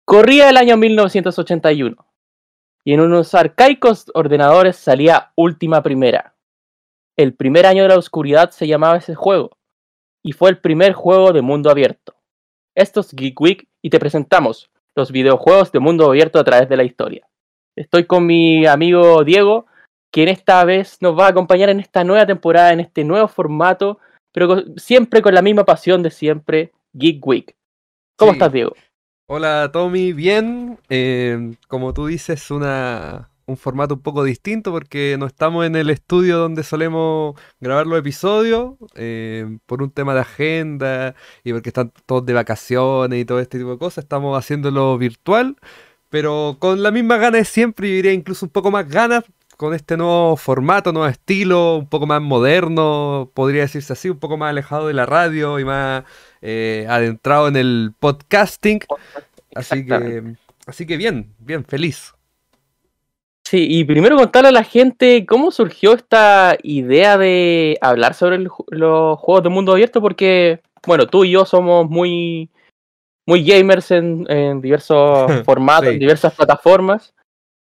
Corría el año 1981 y en unos arcaicos ordenadores salía Última Primera. El primer año de la oscuridad se llamaba ese juego y fue el primer juego de mundo abierto. Esto es Geek Week y te presentamos los videojuegos de mundo abierto a través de la historia. Estoy con mi amigo Diego, quien esta vez nos va a acompañar en esta nueva temporada, en este nuevo formato, pero siempre con la misma pasión de siempre, Geek Week. ¿Cómo Sí, estás, Diego? hola Tommy, bien. Como tú dices, un formato un poco distinto porque no estamos en el estudio donde solemos grabar los episodios por un tema de agenda y porque están todos de vacaciones y todo este tipo de cosas. Estamos haciéndolo virtual, pero con la misma ganas de siempre, yo diría incluso un poco más ganas con este nuevo formato, nuevo estilo, un poco más moderno, podría decirse así, un poco más alejado de la radio y más adentrado en el podcasting. Así Exactamente. que, así que bien, bien, feliz. Sí, y primero contarle a la gente cómo surgió esta idea de hablar sobre los juegos de mundo abierto, porque, bueno, tú y yo somos muy gamers en diversos formatos, en Sí. diversas plataformas,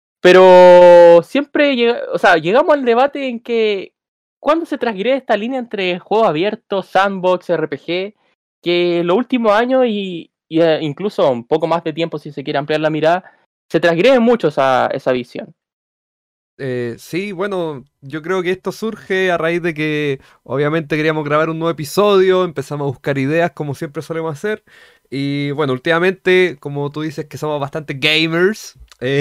pero siempre llegamos al debate en que cuándo se transgrede esta línea entre juego abierto, sandbox, RPG, que en los últimos años y incluso un poco más de tiempo si se quiere ampliar la mirada, se transgrede mucho esa visión. Sí, bueno, yo creo que esto surge a raíz de que obviamente queríamos grabar un nuevo episodio, empezamos a buscar ideas como siempre solemos hacer y bueno, últimamente, como tú dices que somos bastante gamers,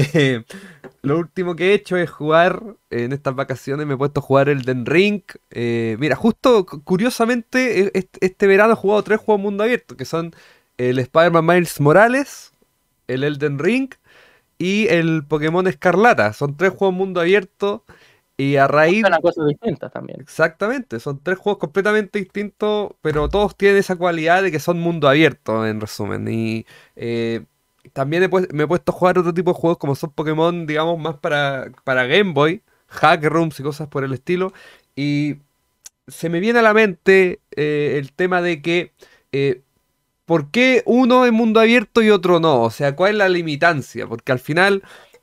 lo último que he hecho es jugar en estas vacaciones, me he puesto a jugar Elden Ring. Mira, justo curiosamente este verano he jugado tres juegos mundo abierto, que son el Spider-Man Miles Morales, el Elden Ring y el Pokémon Escarlata. Son tres juegos mundo abierto y a raíz... Son a cosas distintas también. Exactamente, son tres juegos completamente distintos, pero todos tienen esa cualidad de que son mundo abierto, en resumen. Y también me he puesto a jugar otro tipo de juegos como son Pokémon, digamos, más para Game Boy, Hack Rooms y cosas por el estilo. Y se me viene a la mente el tema de que ¿por qué uno es mundo abierto y otro no? O sea, ¿cuál es la limitancia? Porque al final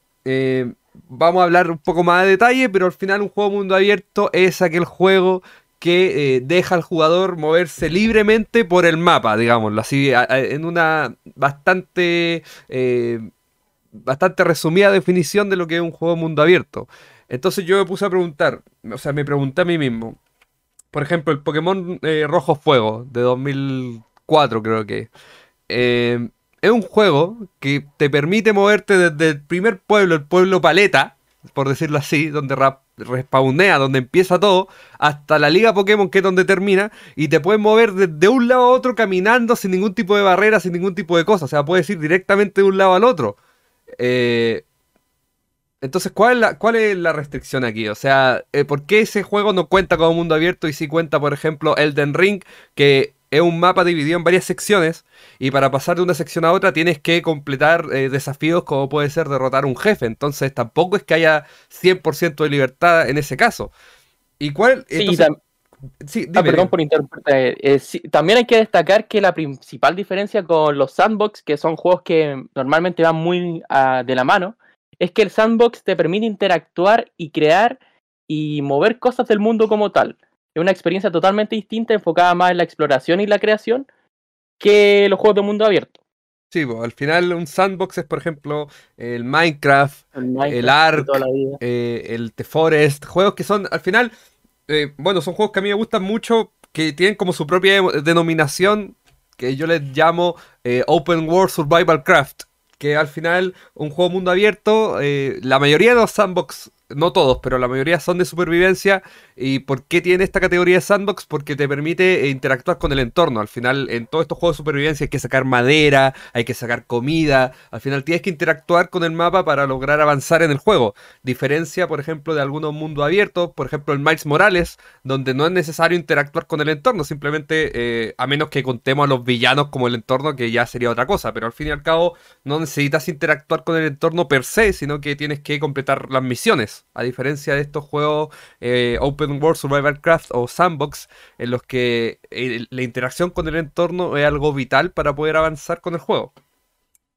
vamos a hablar un poco más de detalle, pero al final un juego mundo abierto es aquel juego que deja al jugador moverse libremente por el mapa, digámoslo así, en una bastante resumida definición de lo que es un juego mundo abierto. Entonces yo me puse a preguntar, o sea, me pregunté a mí mismo, por ejemplo, el Pokémon Rojo Fuego de 2004 creo que es un juego que te permite moverte desde el primer pueblo, el pueblo Paleta, por decirlo así, donde respawnea, donde empieza todo, hasta la Liga Pokémon, que es donde termina, y te puedes mover de un lado a otro caminando sin ningún tipo de barrera, sin ningún tipo de cosa. O sea, puedes ir directamente de un lado al otro. Eh, entonces, ¿cuál es la restricción aquí? O sea, ¿por qué ese juego no cuenta como mundo abierto y sí cuenta, por ejemplo, Elden Ring, que es un mapa dividido en varias secciones y para pasar de una sección a otra tienes que completar desafíos como puede ser derrotar un jefe? Entonces, tampoco es que haya 100% de libertad en ese caso. ¿Y cuál? Sí, Entonces, sí, dime, perdón dime. por interrumpirte. Sí, también hay que destacar que la principal diferencia con los sandbox, que son juegos que normalmente van muy de la mano, es que el sandbox te permite interactuar y crear y mover cosas del mundo como tal. Es una experiencia totalmente distinta, enfocada más en la exploración y la creación, que los juegos de mundo abierto. Sí, al final un sandbox es, por ejemplo, el Minecraft, El el Minecraft de toda la Ark, vida. el The Forest, juegos que son, al final, bueno, son juegos que a mí me gustan mucho, que tienen como su propia denominación, que yo les llamo Open World Survival Craft, que al final un juego mundo abierto, la mayoría de los sandbox, no todos, pero la mayoría son de supervivencia. ¿Y por qué tiene esta categoría de sandbox? Porque te permite interactuar con el entorno. Al final, en todos estos juegos de supervivencia hay que sacar madera, hay que sacar comida. Al final tienes que interactuar con el mapa para lograr avanzar en el juego. Diferencia, por ejemplo, de algunos mundos abiertos, por ejemplo el Miles Morales, donde no es necesario interactuar con el entorno. Simplemente, a menos que contemos a los villanos como el entorno, que ya sería otra cosa. Pero al fin y al cabo, no necesitas interactuar con el entorno per se, sino que tienes que completar las misiones. A diferencia de estos juegos Open World Survival Craft o Sandbox, en los que la interacción con el entorno es algo vital para poder avanzar con el juego.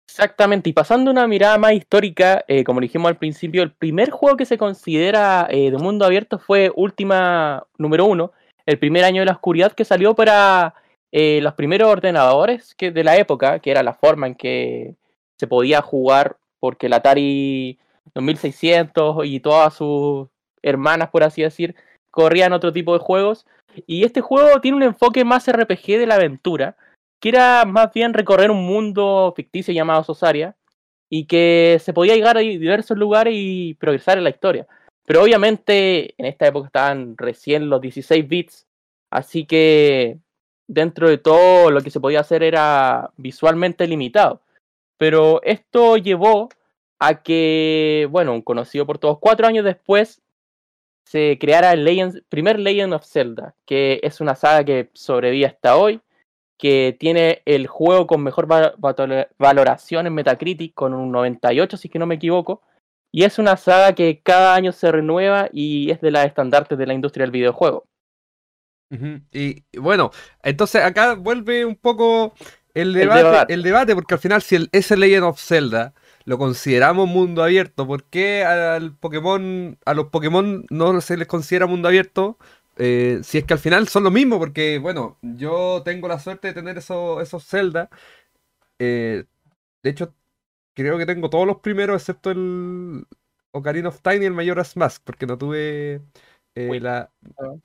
Exactamente, y pasando una mirada más histórica, como dijimos al principio, el primer juego que se considera de mundo abierto fue Ultima número 1, el primer año de la oscuridad que salió para los primeros ordenadores de la época, que era la forma en que se podía jugar, porque el Atari 2600 y todas sus hermanas, por así decir, corrían otro tipo de juegos, y este juego tiene un enfoque más RPG de la aventura, que era más bien recorrer un mundo ficticio llamado Sosaria y que se podía llegar a diversos lugares y progresar en la historia. Pero obviamente en esta época estaban recién los 16 bits, así que dentro de todo lo que se podía hacer era visualmente limitado. Pero esto llevó a que, bueno, conocido por todos, 4 años después se creara el primer Legend of Zelda, que es una saga que sobrevive hasta hoy, que tiene el juego con mejor valoración en Metacritic, con un 98, si es que no me equivoco, y es una saga que cada año se renueva y es de las estandartes de la industria del videojuego. Ujú. Y bueno, entonces acá vuelve un poco el debate, porque al final si ese Legend of Zelda lo consideramos mundo abierto, ¿por qué a los Pokémon no se les considera mundo abierto? Si es que al final son lo mismo, porque bueno, yo tengo la suerte de tener esos Zelda. eh, de hecho, creo que tengo todos los primeros excepto el Ocarina of Time y el Majora's Mask, porque no tuve Uy, la, ¿no?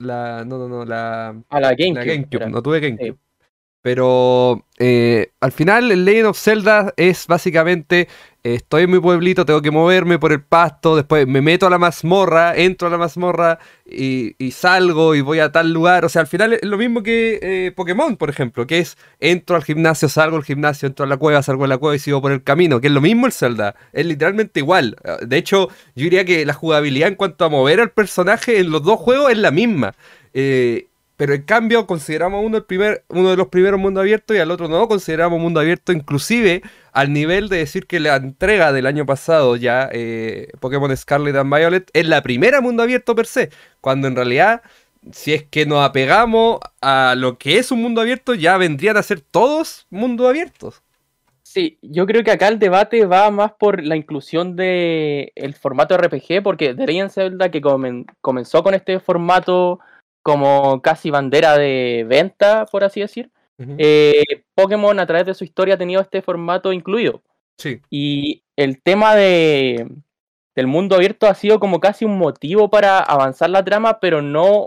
A la la GameCube GameCube, era. no tuve Sí. GameCube. Pero al final el Legend of Zelda es básicamente, estoy en mi pueblito, tengo que moverme por el pasto, después me meto a la mazmorra, entro a la mazmorra y salgo y voy a tal lugar. O sea, al final es lo mismo que Pokémon, por ejemplo, que es entro al gimnasio, salgo del gimnasio, entro a la cueva, salgo de la cueva y sigo por el camino, que es lo mismo el Zelda, es literalmente igual. De hecho, yo diría que la jugabilidad en cuanto a mover al personaje en los dos juegos es la misma. Pero en cambio consideramos uno de los primeros mundo abierto y al otro no consideramos mundo abierto, inclusive al nivel de decir que la entrega del año pasado ya, Pokémon Scarlet and Violet, es la primera mundo abierto per se, cuando en realidad, si es que nos apegamos a lo que es un mundo abierto, ya vendrían a ser todos mundos abiertos. Sí, yo creo que acá el debate va más por la inclusión de el formato RPG, porque The Legend of Zelda que comenzó con este formato como casi bandera de venta, por así decir, Ujú. eh, Pokémon a través de su historia ha tenido este formato incluido. Sí. Y el tema del mundo abierto ha sido como casi un motivo para avanzar la trama, pero no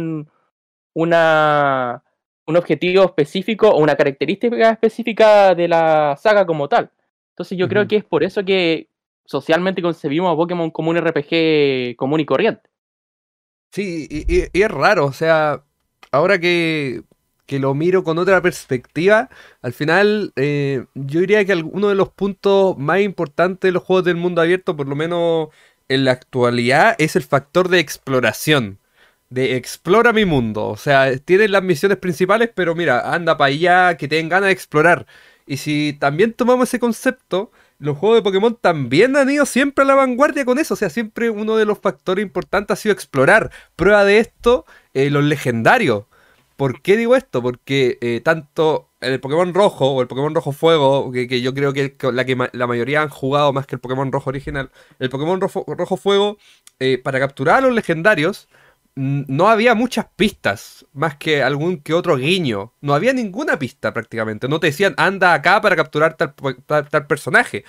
una, un objetivo específico o una característica específica de la saga como tal. Entonces yo creo Ujú. que es por eso que socialmente concebimos a Pokémon como un RPG común y corriente. Sí, y es raro, o sea, ahora que lo miro con otra perspectiva, al final yo diría que uno de los puntos más importantes de los juegos del mundo abierto, por lo menos en la actualidad, es el factor de exploración, de explora mi mundo, o sea, tienes las misiones principales, pero mira, anda para allá, que tengan ganas de explorar. Y si también tomamos ese concepto, los juegos de Pokémon también han ido siempre a la vanguardia con eso. O sea, siempre uno de los factores importantes ha sido explorar. Prueba de esto, los legendarios. ¿Por qué digo esto? Porque tanto el Pokémon Rojo o el Pokémon Rojo Fuego, que yo creo que la mayoría han jugado más que el Pokémon Rojo original, el Pokémon Rojo Fuego, para capturar a los legendarios, no había muchas pistas, más que algún que otro guiño. No había ninguna pista prácticamente. No te decían, anda acá para capturar tal personaje.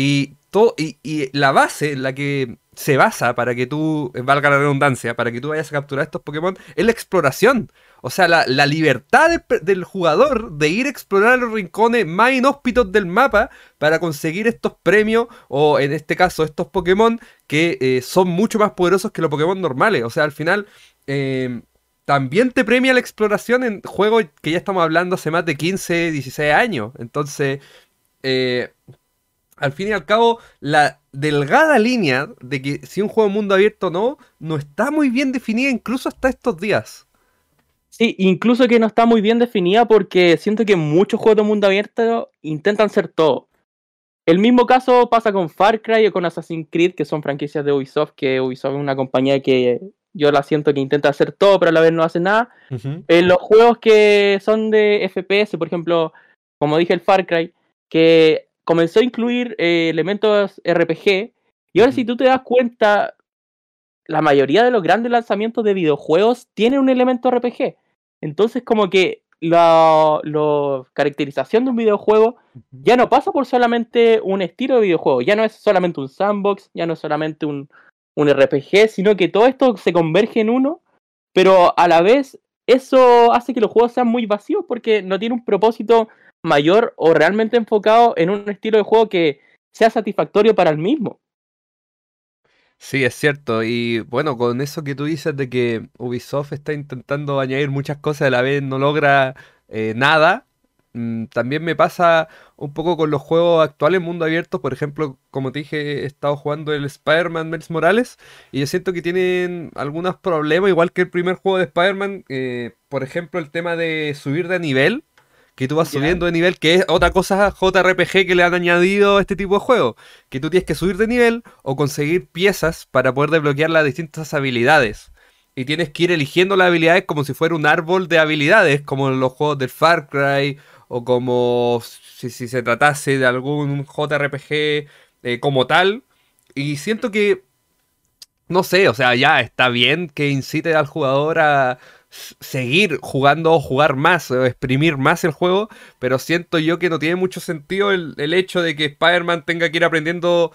Y la base en la que se basa para que tú, valga la redundancia, para que tú vayas a capturar estos Pokémon, es la exploración. O sea, la libertad del jugador de ir a explorar los rincones más inhóspitos del mapa para conseguir estos premios, o en este caso estos Pokémon, que son mucho más poderosos que los Pokémon normales. O sea, al final eh, también te premia la exploración en juegos que ya estamos hablando hace más de 15, 16 años. Entonces, eh, al fin y al cabo, la delgada línea de que si un juego es mundo abierto o no, no está muy bien definida incluso hasta estos días. Sí, incluso que no está muy bien definida porque siento que muchos juegos de mundo abierto intentan ser todo. El mismo caso pasa con Far Cry o con Assassin's Creed, que son franquicias de Ubisoft, que Ubisoft es una compañía que yo la siento que intenta hacer todo, pero a la vez no hace nada. Ujú. En los juegos que son de FPS, por ejemplo, como dije el Far Cry, que comenzó a incluir elementos RPG, y ahora si tú te das cuenta, la mayoría de los grandes lanzamientos de videojuegos tienen un elemento RPG. Entonces como que la caracterización de un videojuego ya no pasa por solamente un estilo de videojuego, ya no es solamente un sandbox, ya no es solamente un RPG, sino que todo esto se converge en uno, pero a la vez eso hace que los juegos sean muy vacíos porque no tiene un propósito mayor o realmente enfocado en un estilo de juego que sea satisfactorio para el mismo. Sí, es cierto. Y bueno, con eso que tú dices de que Ubisoft está intentando añadir muchas cosas y a la vez no logra nada, también me pasa un poco con los juegos actuales mundo abierto. Por ejemplo, como te dije, he estado jugando el Spider-Man Miles Morales y yo siento que tienen algunos problemas, igual que el primer juego de Spider-Man. Por ejemplo, el tema de subir de nivel. Que tú vas Ya. subiendo de nivel, que es otra cosa JRPG que le han añadido a este tipo de juegos. Que tú tienes que subir de nivel o conseguir piezas para poder desbloquear las distintas habilidades. Y tienes que ir eligiendo las habilidades como si fuera un árbol de habilidades, como en los juegos del Far Cry, o como si se tratase de algún JRPG como tal. Y siento que no sé, o sea, ya está bien que incite al jugador a seguir jugando o jugar más o exprimir más el juego, pero siento yo que no tiene mucho sentido el hecho de que Spider-Man tenga que ir aprendiendo,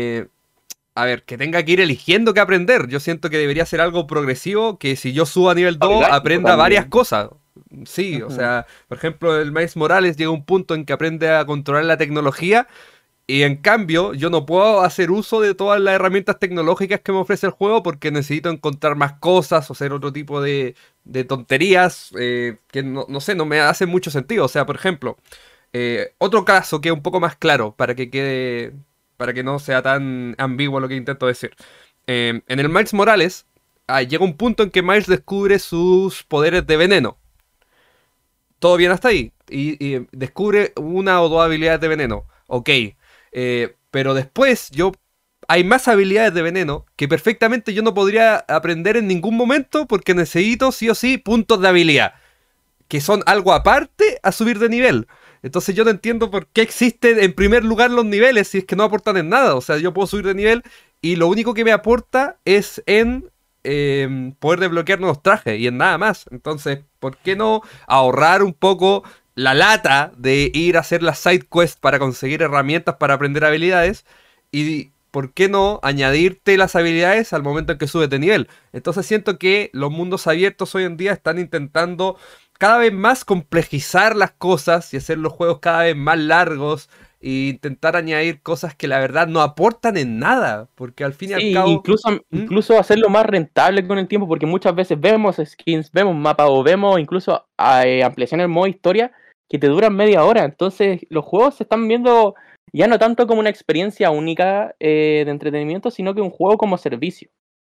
a ver, que tenga que ir eligiendo qué aprender. Yo siento que debería ser algo progresivo, que si yo subo a nivel 2 Orgánico aprenda varias también. cosas. Sí, o Ujú. sea, por ejemplo, el Miles Morales llega a un punto en que aprende a controlar la tecnología y en cambio, yo no puedo hacer uso de todas las herramientas tecnológicas que me ofrece el juego porque necesito encontrar más cosas o hacer otro tipo de tonterías que no sé, no me hacen mucho sentido. O sea, por ejemplo, otro caso que es un poco más claro para que quede, para que no sea tan ambiguo lo que intento decir. En el Miles Morales, llega un punto en que Miles descubre sus poderes de veneno. Todo bien hasta ahí. Y descubre una o dos habilidades de veneno. Ok. Pero después hay más habilidades de veneno que perfectamente yo no podría aprender en ningún momento porque necesito sí o sí puntos de habilidad. Que son algo aparte a subir de nivel. Entonces yo no entiendo por qué existen en primer lugar los niveles si es que no aportan en nada. O sea, yo puedo subir de nivel y lo único que me aporta es en poder desbloquear nuevos trajes y en nada más. Entonces, ¿por qué no ahorrar un poco la lata de ir a hacer las side quests para conseguir herramientas para aprender habilidades? Y ¿por qué no añadirte las habilidades al momento en que subes de nivel? Entonces siento que los mundos abiertos hoy en día están intentando cada vez más complejizar las cosas y hacer los juegos cada vez más largos e intentar añadir cosas que la verdad no aportan en nada, porque al fin y al Sí, cabo... incluso, ¿Mm? incluso hacerlo más rentable con el tiempo, porque muchas veces vemos skins, vemos mapas o vemos incluso ampliaciones en modo historia que te duran media hora. Entonces los juegos se están viendo ya no tanto como una experiencia única de entretenimiento, sino que un juego como servicio.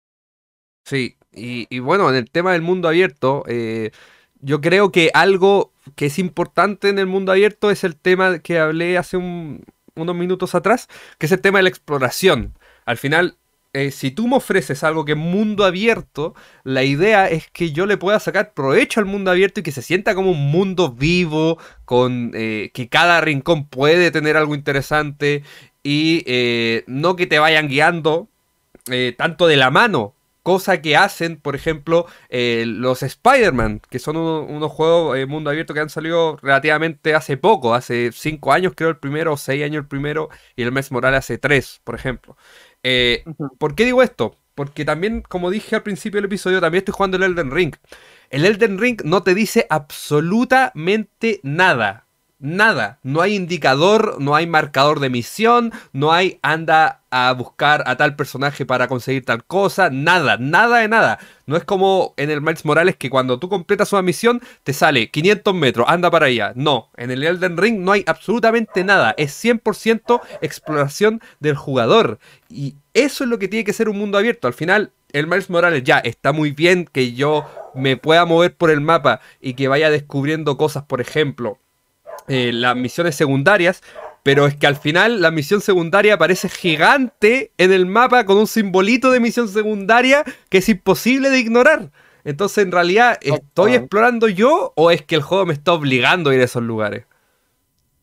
Sí, y bueno, en el tema del mundo abierto, yo creo que algo que es importante en el mundo abierto es el tema que hablé hace unos minutos atrás, que es el tema de la exploración. Al final, si tú me ofreces algo que es mundo abierto, la idea es que yo le pueda sacar provecho al mundo abierto y que se sienta como un mundo vivo, con que cada rincón puede tener algo interesante y no que te vayan guiando tanto de la mano. Cosa que hacen, por ejemplo, los Spider-Man, que son unos juegos mundo abierto que han salido relativamente hace poco, hace 5 años creo el primero, o 6 años el primero, y el Miles Morales hace 3, por ejemplo. Ujú. ¿Por qué digo esto? Porque también, como dije al principio del episodio, también estoy jugando el Elden Ring. El Elden Ring no te dice absolutamente nada. Nada. No hay indicador, no hay marcador de misión, no hay anda a buscar a tal personaje para conseguir tal cosa. Nada, nada de nada. No es como en el Miles Morales que cuando tú completas una misión te sale 500 metros, anda para allá. No, en el Elden Ring no hay absolutamente nada. Es 100% exploración del jugador. Y eso es lo que tiene que ser un mundo abierto. Al final, el Miles Morales ya está muy bien que yo me pueda mover por el mapa y que vaya descubriendo cosas, por ejemplo las misiones secundarias, pero es que al final la misión secundaria aparece gigante en el mapa con un simbolito de misión secundaria que es imposible de ignorar. Entonces, en realidad, ¿estoy Exactamente. explorando yo o es que el juego me está obligando a ir a esos lugares?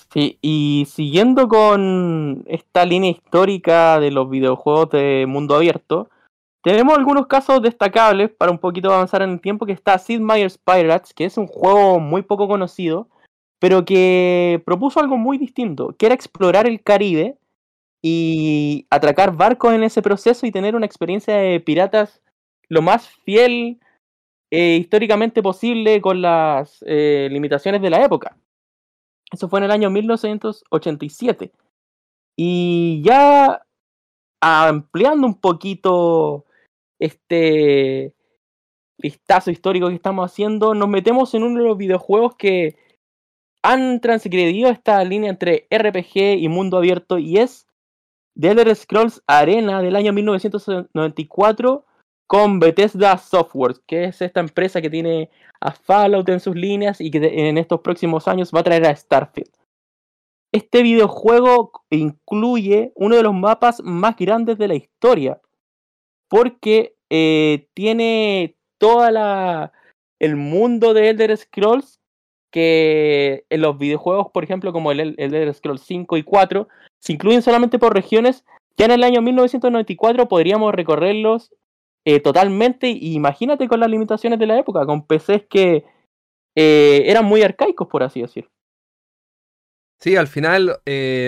Sí, y siguiendo con esta línea histórica de los videojuegos de mundo abierto, tenemos algunos casos destacables para un poquito avanzar en el tiempo, que está Sid Meier's Pirates, que es un juego muy poco conocido, pero que propuso algo muy distinto, que era explorar el Caribe y atracar barcos en ese proceso y tener una experiencia de piratas lo más fiel históricamente posible con las limitaciones de la época. Eso fue en el año 1987. Y ya ampliando un poquito este vistazo histórico que estamos haciendo, nos metemos en uno de los videojuegos que han transgredido esta línea entre RPG y mundo abierto, y es The Elder Scrolls Arena del año 1994 con Bethesda Software, que es esta empresa que tiene a Fallout en sus líneas y que en estos próximos años va a traer a Starfield. Este videojuego incluye uno de los mapas más grandes de la historia, porque tiene el mundo de Elder Scrolls, que en los videojuegos, por ejemplo, como el Elder Scrolls 5 y 4, se incluyen solamente por regiones. Ya en el año 1994 podríamos recorrerlos totalmente, y imagínate con las limitaciones de la época, con PCs que eran muy arcaicos, por así decir. Sí, al final,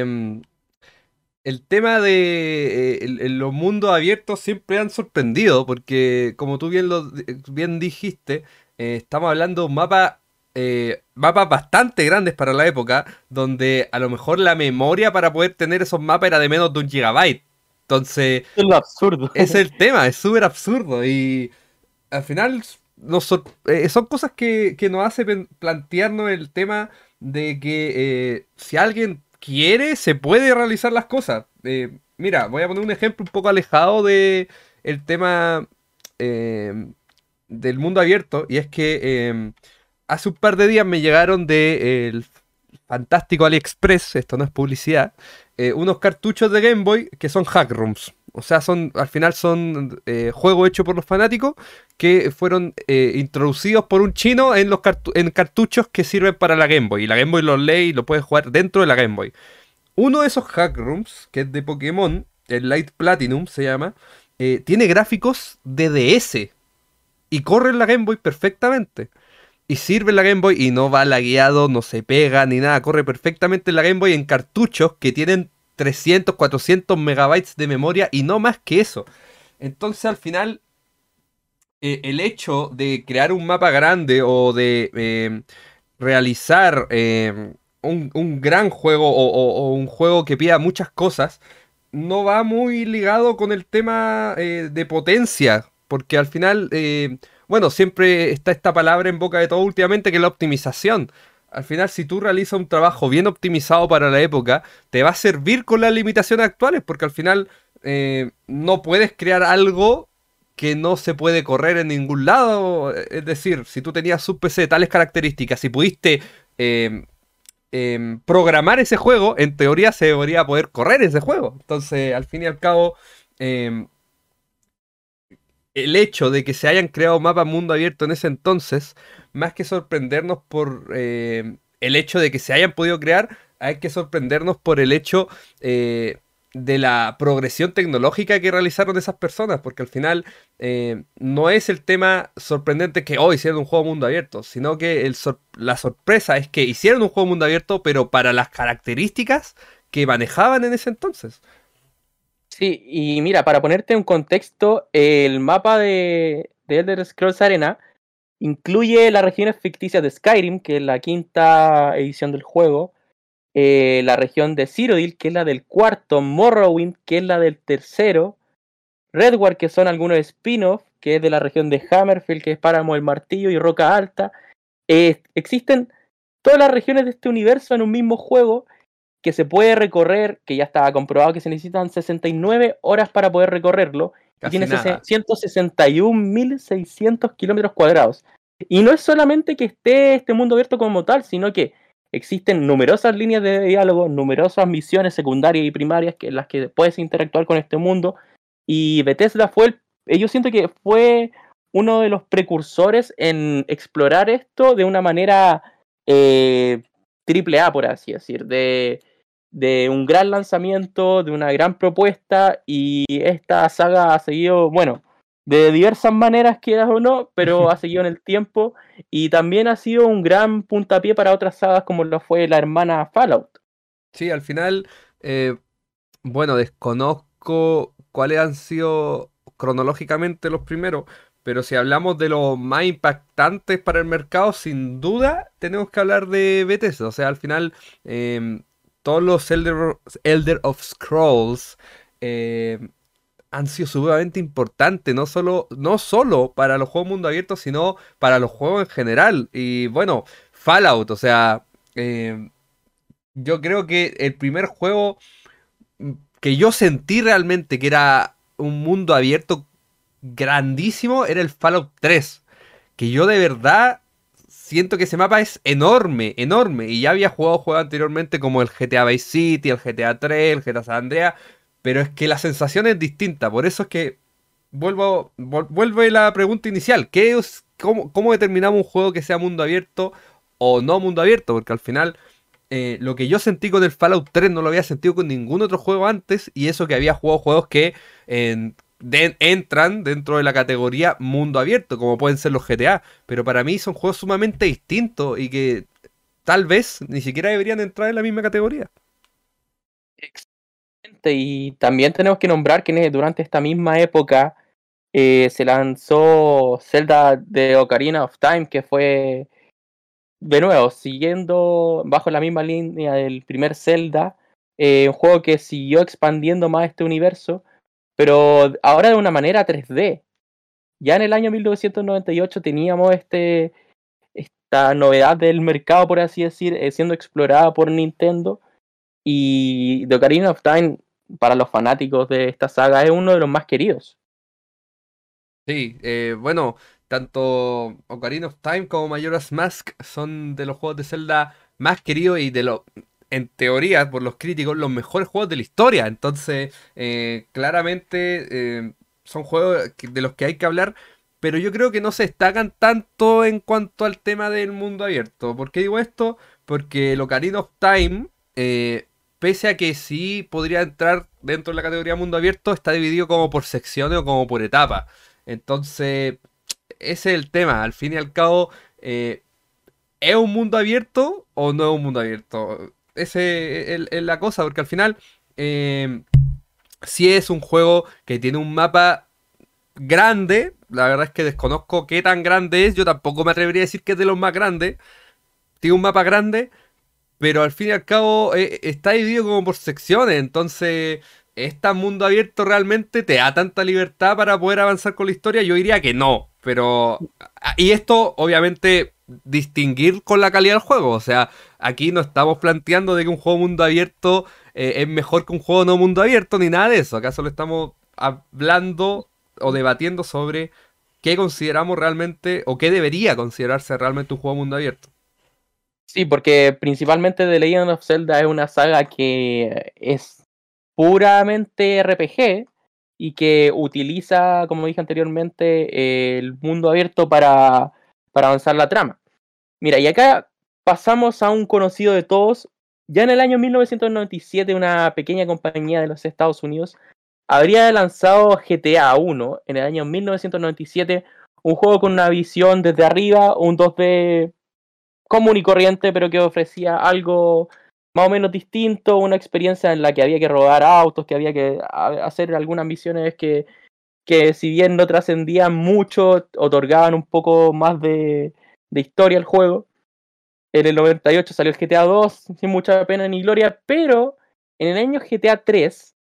el tema de los mundos abiertos siempre han sorprendido, porque como tú bien dijiste, estamos hablando de un mapas bastante grandes para la época, donde a lo mejor la memoria para poder tener esos mapas era de menos de 1 GB. Entonces, Es lo absurdo. es el tema, es súper absurdo y al final son cosas que nos hace plantearnos el tema de que si alguien quiere, se puede realizar las cosas. Mira, voy a poner un ejemplo un poco alejado de el tema eh, del mundo abierto, y es que hace un par de días me llegaron de el fantástico AliExpress, esto no es publicidad, unos cartuchos de Game Boy que son hack rooms. O sea, al final son juegos hechos por los fanáticos que fueron introducidos por un chino en cartuchos que sirven para la Game Boy. Y la Game Boy los lee y lo puedes jugar dentro de la Game Boy. Uno de esos hack rooms, que es de Pokémon, el Light Platinum se llama, tiene gráficos de DS y corre en la Game Boy perfectamente. Y sirve en la Game Boy y no va lagueado, no se pega ni nada. Corre perfectamente en la Game Boy en cartuchos que tienen 300, 400 megabytes de memoria y no más que eso. Entonces al final el hecho de crear un mapa grande o de realizar un gran juego o un juego que pida muchas cosas no va muy ligado con el tema de potencia. Porque al final, bueno, siempre está esta palabra en boca de todo últimamente, que es la optimización. Al final, si tú realizas un trabajo bien optimizado para la época, te va a servir con las limitaciones actuales, porque al final no puedes crear algo que no se puede correr en ningún lado. Es decir, si tú tenías un PC de tales características y pudiste programar ese juego, en teoría se debería poder correr ese juego. Entonces, al fin y al cabo, em, el hecho de que se hayan creado mapas mundo abierto en ese entonces, más que sorprendernos por el hecho de que se hayan podido crear, hay que sorprendernos por el hecho de la progresión tecnológica que realizaron esas personas, porque al final no es el tema sorprendente que hoy hicieron un juego mundo abierto, sino que la sorpresa es que hicieron un juego mundo abierto, pero para las características que manejaban en ese entonces. Sí, y mira, para ponerte en contexto, el mapa de Elder Scrolls Arena incluye las regiones ficticias de Skyrim, que es la quinta edición del juego, la región de Cyrodiil, que es la del cuarto, Morrowind, que es la del tercero, Redward, que son algunos spin-off, que es de la región de Hammerfell, que es Páramo del Martillo y Roca Alta. Existen todas las regiones de este universo en un mismo juego, que se puede recorrer, que ya está comprobado que se necesitan 69 horas para poder recorrerlo, y Casi tiene nada. 161.600 kilómetros cuadrados. Y no es solamente que esté este mundo abierto como tal, sino que existen numerosas líneas de diálogo, numerosas misiones secundarias y primarias en las que puedes interactuar con este mundo. Y Bethesda yo siento que fue uno de los precursores en explorar esto de una manera triple A, por así decir, de un gran lanzamiento, de una gran propuesta, y esta saga ha seguido, bueno, de diversas maneras, quieras o no, pero ha seguido en el tiempo, y también ha sido un gran puntapié para otras sagas como lo fue la hermana Fallout. Sí, al final, bueno, desconozco cuáles han sido cronológicamente los primeros, pero si hablamos de los más impactantes para el mercado, sin duda tenemos que hablar de Bethesda. O sea, al final, todos los Elder of Scrolls han sido sumamente importantes, no solo para los juegos mundo abierto, sino para los juegos en general. Y bueno, Fallout, o sea, yo creo que el primer juego que yo sentí realmente que era un mundo abierto grandísimo era el Fallout 3. Que yo de verdad siento que ese mapa es enorme, enorme. Y ya había jugado juegos anteriormente como el GTA Vice City, el GTA 3, el GTA San Andreas. Pero es que la sensación es distinta. Por eso es que vuelve la pregunta inicial. ¿Cómo determinamos un juego que sea mundo abierto o no mundo abierto? Porque al final lo que yo sentí con el Fallout 3 no lo había sentido con ningún otro juego antes, y eso que había jugado juegos que entran dentro de la categoría mundo abierto, como pueden ser los GTA, pero para mí son juegos sumamente distintos y que tal vez ni siquiera deberían entrar en la misma categoría. Y también tenemos que nombrar que durante esta misma época se lanzó Zelda de Ocarina of Time, que fue, de nuevo, siguiendo bajo la misma línea del primer Zelda, un juego que siguió expandiendo más este universo, pero ahora de una manera 3D. Ya en el año 1998 teníamos esta novedad del mercado, por así decir, siendo explorada por Nintendo, y The Ocarina of Time, para los fanáticos de esta saga, es uno de los más queridos. Sí, bueno, tanto Ocarina of Time como Majora's Mask son de los juegos de Zelda más queridos y en teoría, por los críticos, los mejores juegos de la historia. Entonces, claramente son juegos de los que hay que hablar, pero yo creo que no se destacan tanto en cuanto al tema del mundo abierto. ¿Por qué digo esto? Porque el Ocarina of Time, pese a que sí podría entrar dentro de la categoría mundo abierto, está dividido como por secciones o como por etapas. Entonces, ese es el tema. Al fin y al cabo, ¿es un mundo abierto o no es un mundo abierto? Ese es la cosa, porque al final, si es un juego que tiene un mapa grande, la verdad es que desconozco qué tan grande es, yo tampoco me atrevería a decir que es de los más grandes. Tiene un mapa grande, pero al fin y al cabo está dividido como por secciones, entonces ¿este mundo abierto realmente te da tanta libertad para poder avanzar con la historia? Yo diría que no, pero... Y esto obviamente distinguir con la calidad del juego, o sea, aquí no estamos planteando de que un juego mundo abierto es mejor que un juego no mundo abierto, ni nada de eso, acá solo estamos hablando o debatiendo sobre qué consideramos realmente o qué debería considerarse realmente un juego mundo abierto. Sí, porque principalmente The Legend of Zelda es una saga que es puramente RPG y que utiliza, como dije anteriormente, el mundo abierto para avanzar la trama. Mira, y acá pasamos a un conocido de todos. Ya en el año 1997, una pequeña compañía de los Estados Unidos habría lanzado GTA 1 en el año 1997, un juego con una visión desde arriba, un 2D común y corriente, pero que ofrecía algo más o menos distinto, una experiencia en la que había que robar autos, que había que hacer algunas misiones que si bien no trascendían mucho, otorgaban un poco más de historia al juego. En el 98 salió el GTA 2, sin mucha pena ni gloria, pero en el año GTA 3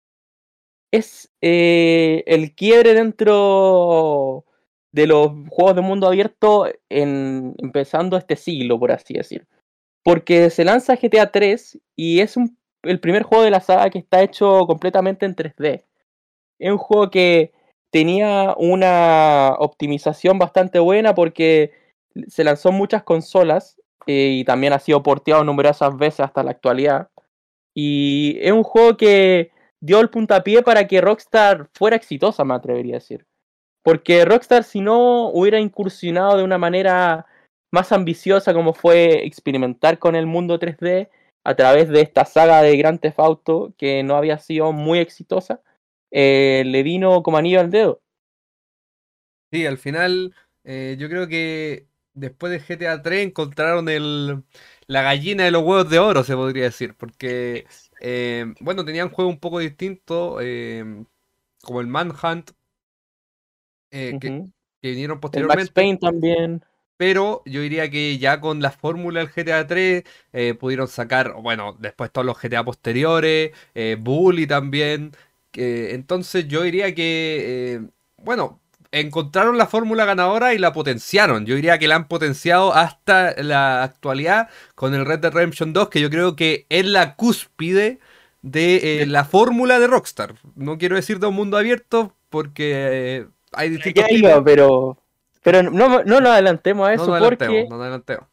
es el quiebre dentro de los juegos de mundo abierto empezando este siglo, por así decir. Porque se lanza GTA 3 y es el primer juego de la saga que está hecho completamente en 3D. Es un juego que tenía una optimización bastante buena porque se lanzó en muchas consolas y también ha sido porteado numerosas veces hasta la actualidad. Y es un juego que dio el puntapié para que Rockstar fuera exitosa, me atrevería a decir. Porque Rockstar, si no hubiera incursionado de una manera más ambiciosa como fue experimentar con el mundo 3D a través de esta saga de Grand Theft Auto que no había sido muy exitosa, le vino como anillo al dedo. Sí, al final yo creo que después de GTA 3 encontraron la gallina de los huevos de oro, se podría decir, porque bueno, tenían juegos un poco distintos, como el Manhunt, eh, que, Ujú. que vinieron El Max posteriormente, Payne también. pero yo diría que ya con la fórmula del GTA 3 pudieron sacar, bueno, después todos los GTA posteriores, Bully también. Entonces yo diría que, bueno, encontraron la fórmula ganadora y la potenciaron. Yo diría que la han potenciado hasta la actualidad con el Red Dead Redemption 2, que yo creo que es la cúspide de De, la fórmula de Rockstar. No quiero decir de un mundo abierto porque hay ya distintos iba, tipos. pero no, no nos adelantemos a No nos eso adelantemos, porque no nos adelantemos.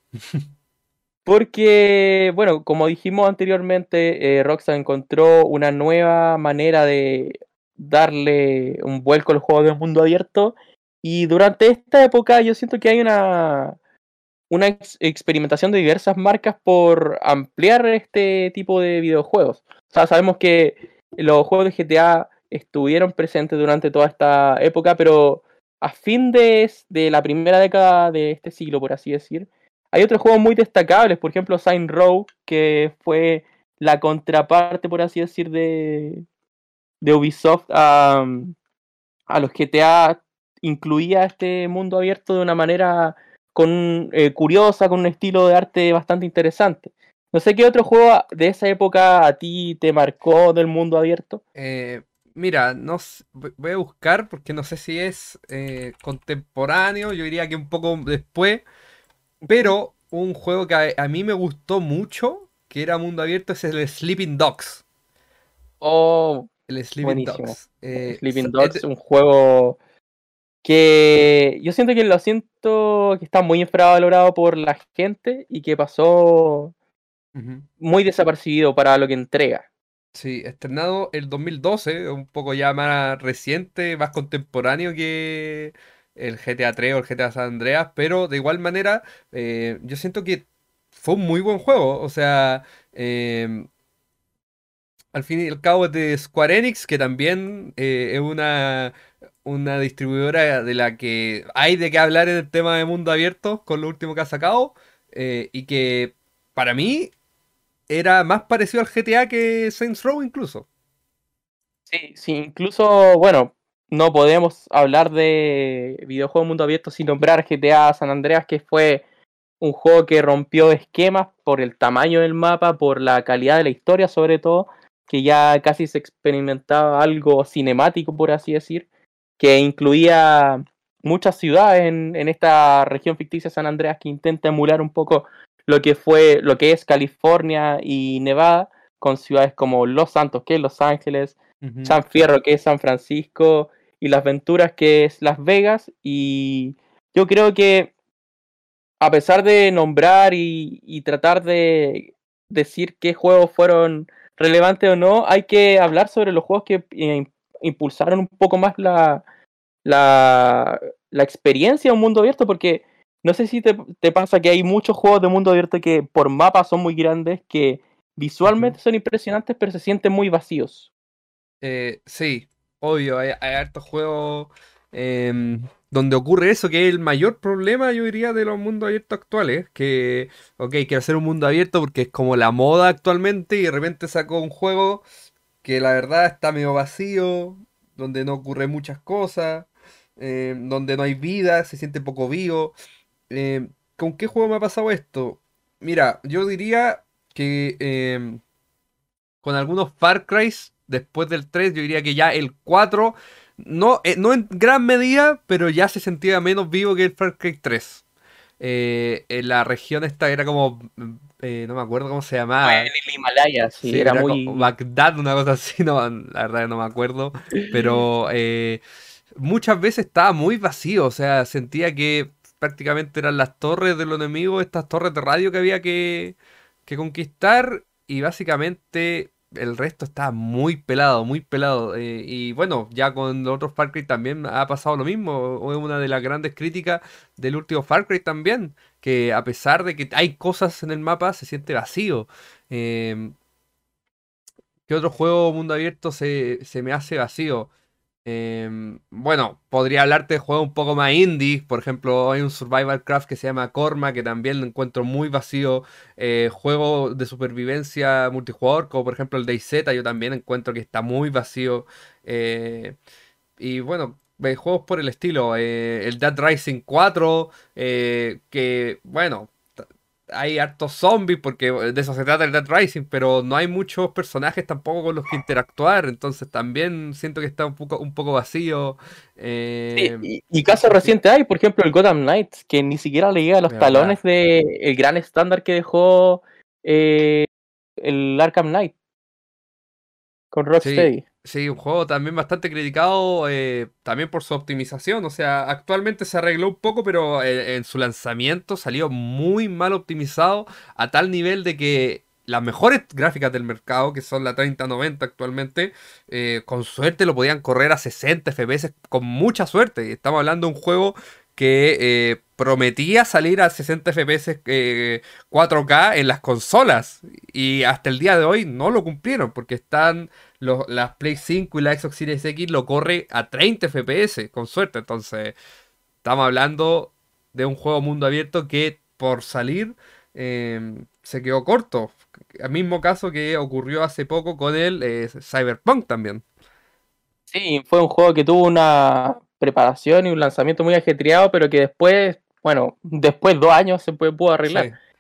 Porque, bueno, como dijimos anteriormente, Rockstar encontró una nueva manera de darle un vuelco al juego de mundo abierto. Y durante esta época yo siento que hay una experimentación de diversas marcas por ampliar este tipo de videojuegos. O sea, sabemos que los juegos de GTA estuvieron presentes durante toda esta época, pero a fin de la primera década de este siglo, por así decir, hay otros juegos muy destacables, por ejemplo Saints Row, que fue la contraparte, por así decir, de Ubisoft a los GTA, incluía este mundo abierto de una manera curiosa, con un estilo de arte bastante interesante. No sé qué otro juego de esa época a ti te marcó del mundo abierto. Eh, Mira, no voy a buscar porque no sé si es contemporáneo, yo diría que un poco después, pero un juego que a mí me gustó mucho, que era mundo abierto, es el Sleeping Dogs. Oh, El Sleeping buenísimo. Dogs. Sleeping Dogs, un juego que yo siento que está muy infravalorado por la gente y que pasó Ujú. muy desapercibido para lo que entrega. Sí, estrenado el 2012, un poco ya más reciente, más contemporáneo que el GTA 3 o el GTA San Andreas, pero de igual manera yo siento que fue un muy buen juego. O sea, al fin y al cabo es de Square Enix, que también es una distribuidora de la que hay de qué hablar en el tema de mundo abierto con lo último que ha sacado, y que para mí era más parecido al GTA que Saints Row incluso. Sí, sí, incluso, bueno, no podemos hablar de videojuego mundo abierto sin nombrar GTA San Andreas, que fue un juego que rompió esquemas por el tamaño del mapa, por la calidad de la historia sobre todo, que ya casi se experimentaba algo cinemático, por así decir, que incluía muchas ciudades en esta región ficticia San Andreas que intenta emular un poco lo que es California y Nevada, con ciudades como Los Santos, que es Los Ángeles, Ujú. San Fierro, que es San Francisco, y Las Venturas, que es Las Vegas, y yo creo que a pesar de nombrar y tratar de decir qué juegos fueron relevantes o no, hay que hablar sobre los juegos que impulsaron un poco más la, la experiencia de un mundo abierto, porque no sé si te pasa que hay muchos juegos de mundo abierto que por mapas son muy grandes, que Ujú. visualmente son impresionantes, pero se sienten muy vacíos. Sí, obvio, hay hartos juegos donde ocurre eso, que es el mayor problema, yo diría, de los mundos abiertos actuales. Que, ok, quiero hacer un mundo abierto porque es como la moda actualmente y de repente sacó un juego que la verdad está medio vacío, donde no ocurre muchas cosas, donde no hay vida, se siente poco vivo. ¿Con qué juego me ha pasado esto? Mira, yo diría que con algunos Far Cry después del 3, yo diría que ya el 4 no, no en gran medida, pero ya se sentía menos vivo que el Far Cry 3. En la región esta era como, no me acuerdo cómo se Fue llamaba. en el Himalaya, sí, Sí, era era como muy... Bagdad, una cosa así, no, la verdad no me acuerdo. Pero muchas veces estaba muy vacío, o sea, sentía que prácticamente eran las torres de los enemigos, estas torres de radio que había que conquistar, y básicamente el resto está muy pelado, muy pelado. Y bueno, ya con los otros Far Cry también ha pasado lo mismo. O es una de las grandes críticas del último Far Cry también, que a pesar de que hay cosas en el mapa, se siente vacío. Em, ¿Qué otro juego mundo abierto se me hace vacío? Bueno, podría hablarte de juegos un poco más indie. Por ejemplo, hay un Survival Craft que se llama Corma, que también lo encuentro muy vacío. Juegos de supervivencia multijugador, como por ejemplo el DayZ, yo también encuentro que está muy vacío. Eh, y bueno, juegos por el estilo. El Dead Rising 4, que bueno, hay hartos zombies, porque de eso se trata el Dead Rising, pero no hay muchos personajes tampoco con los que interactuar, entonces también siento que está un poco vacío. Sí, Eh, y casos sí, sí, recientes hay, por ejemplo, el Gotham Knights, que ni siquiera le llega a los verdad. talones de el gran estándar que dejó el Arkham Knight con Sí, Rocksteady. sí, un juego también bastante criticado, también por su optimización. O sea, actualmente se arregló un poco, pero en su lanzamiento salió muy mal optimizado a tal nivel de que las mejores gráficas del mercado, que son la 3090 actualmente, con suerte lo podían correr a 60 FPS con mucha suerte. Y estamos hablando de un juego que prometía salir a 60 FPS 4K en las consolas y hasta el día de hoy no lo cumplieron porque están las Play 5 y la Xbox Series X lo corre a 30 FPS, con suerte. Entonces, estamos hablando de un juego mundo abierto que por salir se quedó corto. El mismo caso que ocurrió hace poco con el Cyberpunk también. Sí, fue un juego que tuvo una preparación y un lanzamiento muy ajetreado, pero que después, bueno, después de 2 años pudo arreglar. Sí.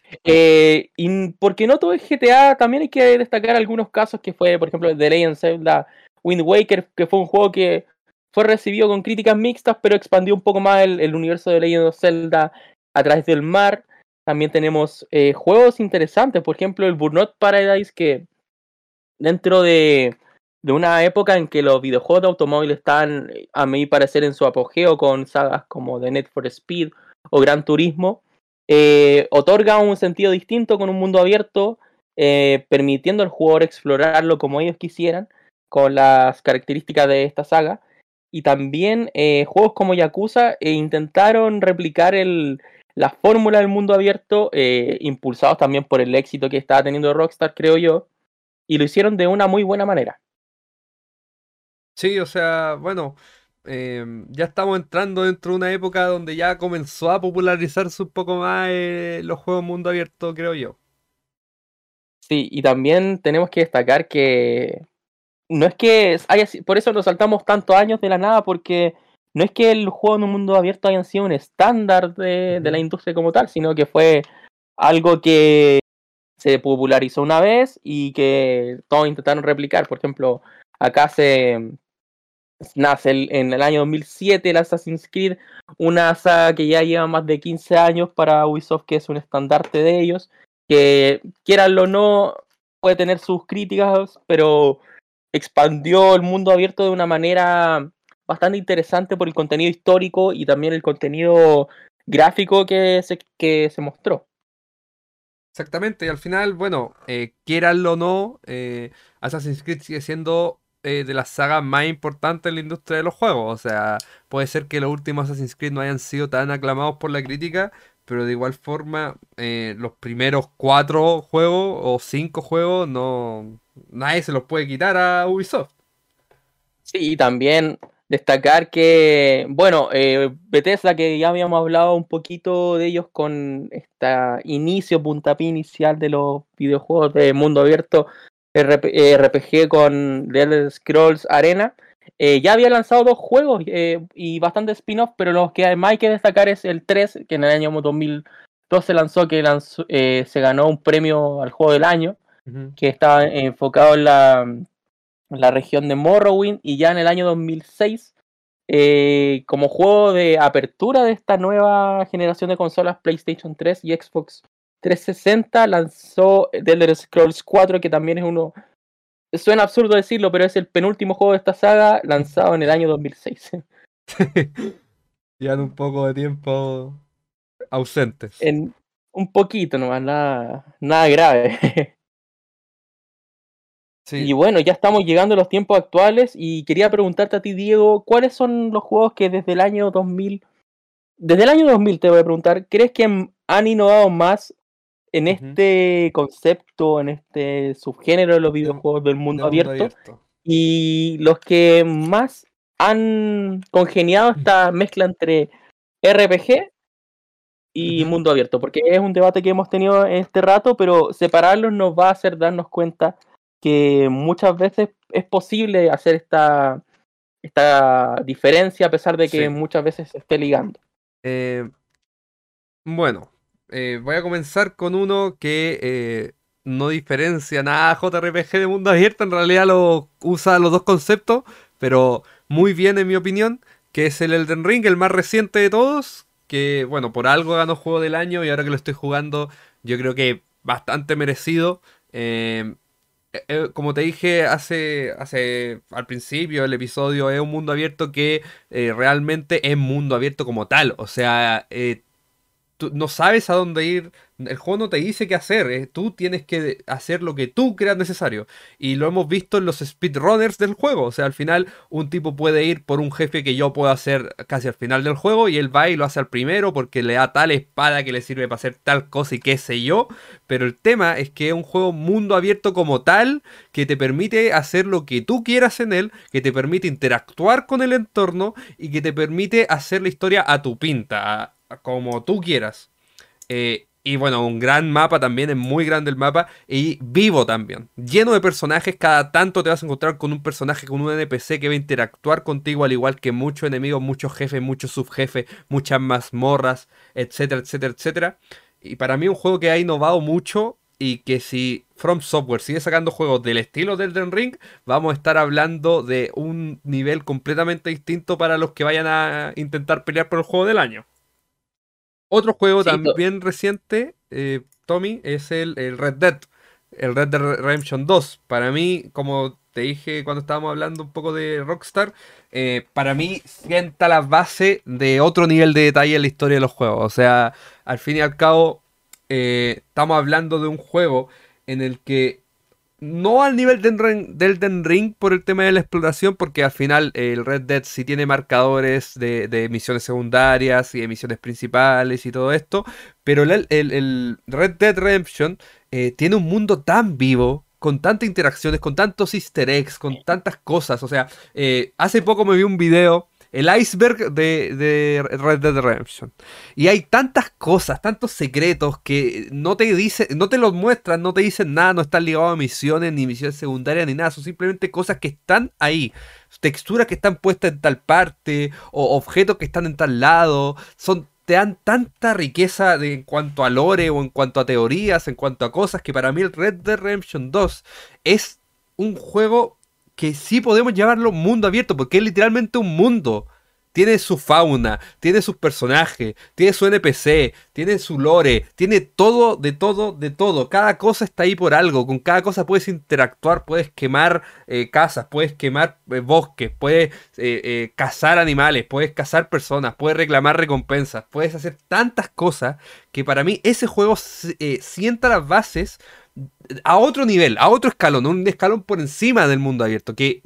Y porque no todo es GTA, también hay que destacar algunos casos que fue, por ejemplo, The Legend of Zelda Wind Waker, que fue un juego que fue recibido con críticas mixtas, pero expandió un poco más el universo de Legend of Zelda a través del mar. También tenemos juegos interesantes, por ejemplo, el Burnout Paradise, que dentro de una época en que los videojuegos de automóvil están, a mi parecer, en su apogeo con sagas como The Need for Speed o Gran Turismo, otorga un sentido distinto con un mundo abierto, permitiendo al jugador explorarlo como ellos quisieran, con las características de esta saga. Y también juegos como Yakuza intentaron replicar la fórmula del mundo abierto, impulsados también por el éxito que estaba teniendo Rockstar, creo yo, y lo hicieron de una muy buena manera. Sí, o sea, bueno, ya estamos entrando dentro de una época donde ya comenzó a popularizarse un poco más los juegos mundo abierto, creo yo. Sí, y también tenemos que destacar que no es que por eso nos saltamos tantos años de la nada, porque no es que el juego en un mundo abierto hayan sido un estándar de la Ujú. industria como tal, sino que fue algo que se popularizó una vez y que todos intentaron replicar. Por ejemplo, acá nace en el año 2007 el Assassin's Creed, una saga que ya lleva más de 15 años para Ubisoft, que es un estandarte de ellos, que quieranlo o no, puede tener sus críticas, pero expandió el mundo abierto de una manera bastante interesante por el contenido histórico y también el contenido gráfico que se mostró. Exactamente, y al final, bueno, quieranlo o no, Assassin's Creed sigue siendo de las sagas más importantes en la industria de los juegos. O sea, puede ser que los últimos Assassin's Creed no hayan sido tan aclamados por la crítica, pero de igual forma, los primeros 4 juegos o 5 juegos, no, nadie se los puede quitar a Ubisoft. Sí, y también destacar que, bueno, Bethesda, que ya habíamos hablado un poquito de ellos con este inicio, puntapié inicial de los videojuegos de mundo abierto, RPG con The Elder Scrolls Arena, ya había lanzado 2 juegos y bastantes spin-offs, pero los que además hay que destacar es el 3 que en el año 2002 se lanzó, se ganó un premio al juego del año, Ujú. que estaba enfocado en la región de Morrowind, y ya en el año 2006, como juego de apertura de esta nueva generación de consolas PlayStation 3 y Xbox 360, lanzó The Elder Scrolls 4, que también es uno, suena absurdo decirlo, pero es el penúltimo juego de esta saga, lanzado en el año 2006. Llevan un poco de tiempo ausentes. En un poquito nomás, nada grave. Y bueno, ya estamos llegando a los tiempos actuales y quería preguntarte a ti, Diego, ¿cuáles son los juegos que desde el año 2000, desde el año 2000 te voy a preguntar, ¿crees que han innovado más en este concepto, en este subgénero de los videojuegos del mundo abierto? Y los que más han congeniado esta mezcla entre RPG y mundo abierto, porque es un debate que hemos tenido en este rato, pero separarlos nos va a hacer darnos cuenta que muchas veces es posible hacer esta diferencia a pesar de que muchas veces se esté ligando. Bueno, voy a comenzar con uno que no diferencia nada a JRPG de mundo abierto, en realidad usa los dos conceptos, pero muy bien en mi opinión, que es el Elden Ring, el más reciente de todos, que bueno, por algo ganó Juego del Año y ahora que lo estoy jugando yo creo que bastante merecido. Como te dije al principio del episodio, es un mundo abierto que realmente es mundo abierto como tal. O sea, tú no sabes a dónde ir, el juego no te dice qué hacer, tú tienes que hacer lo que tú creas necesario. Y lo hemos visto en los speedrunners del juego, o sea, al final un tipo puede ir por un jefe que yo puedo hacer casi al final del juego y él va y lo hace al primero porque le da tal espada que le sirve para hacer tal cosa y qué sé yo. Pero el tema es que es un juego mundo abierto como tal, que te permite hacer lo que tú quieras en él, que te permite interactuar con el entorno y que te permite hacer la historia a tu pinta, como tú quieras. Y bueno, un gran mapa también, es muy grande el mapa. Y vivo también, lleno de personajes. Cada tanto te vas a encontrar con un personaje, con un NPC que va a interactuar contigo, al igual que muchos enemigos, muchos jefes, muchos subjefes, muchas mazmorras, etcétera, etcétera, etcétera. Y para mí un juego que ha innovado mucho y que si From Software sigue sacando juegos del estilo del Elden Ring, vamos a estar hablando de un nivel completamente distinto para los que vayan a intentar pelear por el juego del año. Otro juego Sí, también reciente, Tommy, es el Red Dead. El Red Dead Redemption 2. Para mí, como te dije cuando estábamos hablando un poco de Rockstar, para mí sienta la base de otro nivel de detalle en la historia de los juegos. O sea, al fin y al cabo, estamos hablando de un juego en el que no al nivel del Elden Ring por el tema de la exploración, porque al final el Red Dead sí tiene marcadores de misiones secundarias y de misiones principales y todo esto, pero el Red Dead Redemption tiene un mundo tan vivo, con tantas interacciones, con tantos easter eggs, con tantas cosas. O sea, hace poco me vi un video, el iceberg de Red Dead Redemption. Y hay tantas cosas, tantos secretos que no te dicen, no te los muestran, no te dicen nada, no están ligados a misiones, ni misiones secundarias, ni nada. Son simplemente cosas que están ahí. Texturas que están puestas en tal parte, o objetos que están en tal lado. Te dan tanta riqueza en cuanto a lore o en cuanto a teorías, en cuanto a cosas, que para mí el Red Dead Redemption 2 es un juego que sí podemos llamarlo mundo abierto, porque es literalmente un mundo. Tiene su fauna, tiene sus personajes, tiene su NPC, tiene su lore, tiene todo, de todo, de todo. Cada cosa está ahí por algo. Con cada cosa puedes interactuar, puedes quemar casas, puedes quemar bosques, puedes cazar animales, puedes cazar personas, puedes reclamar recompensas, puedes hacer tantas cosas que para mí ese juego sienta las bases a otro nivel, a otro escalón, un escalón por encima del mundo abierto, que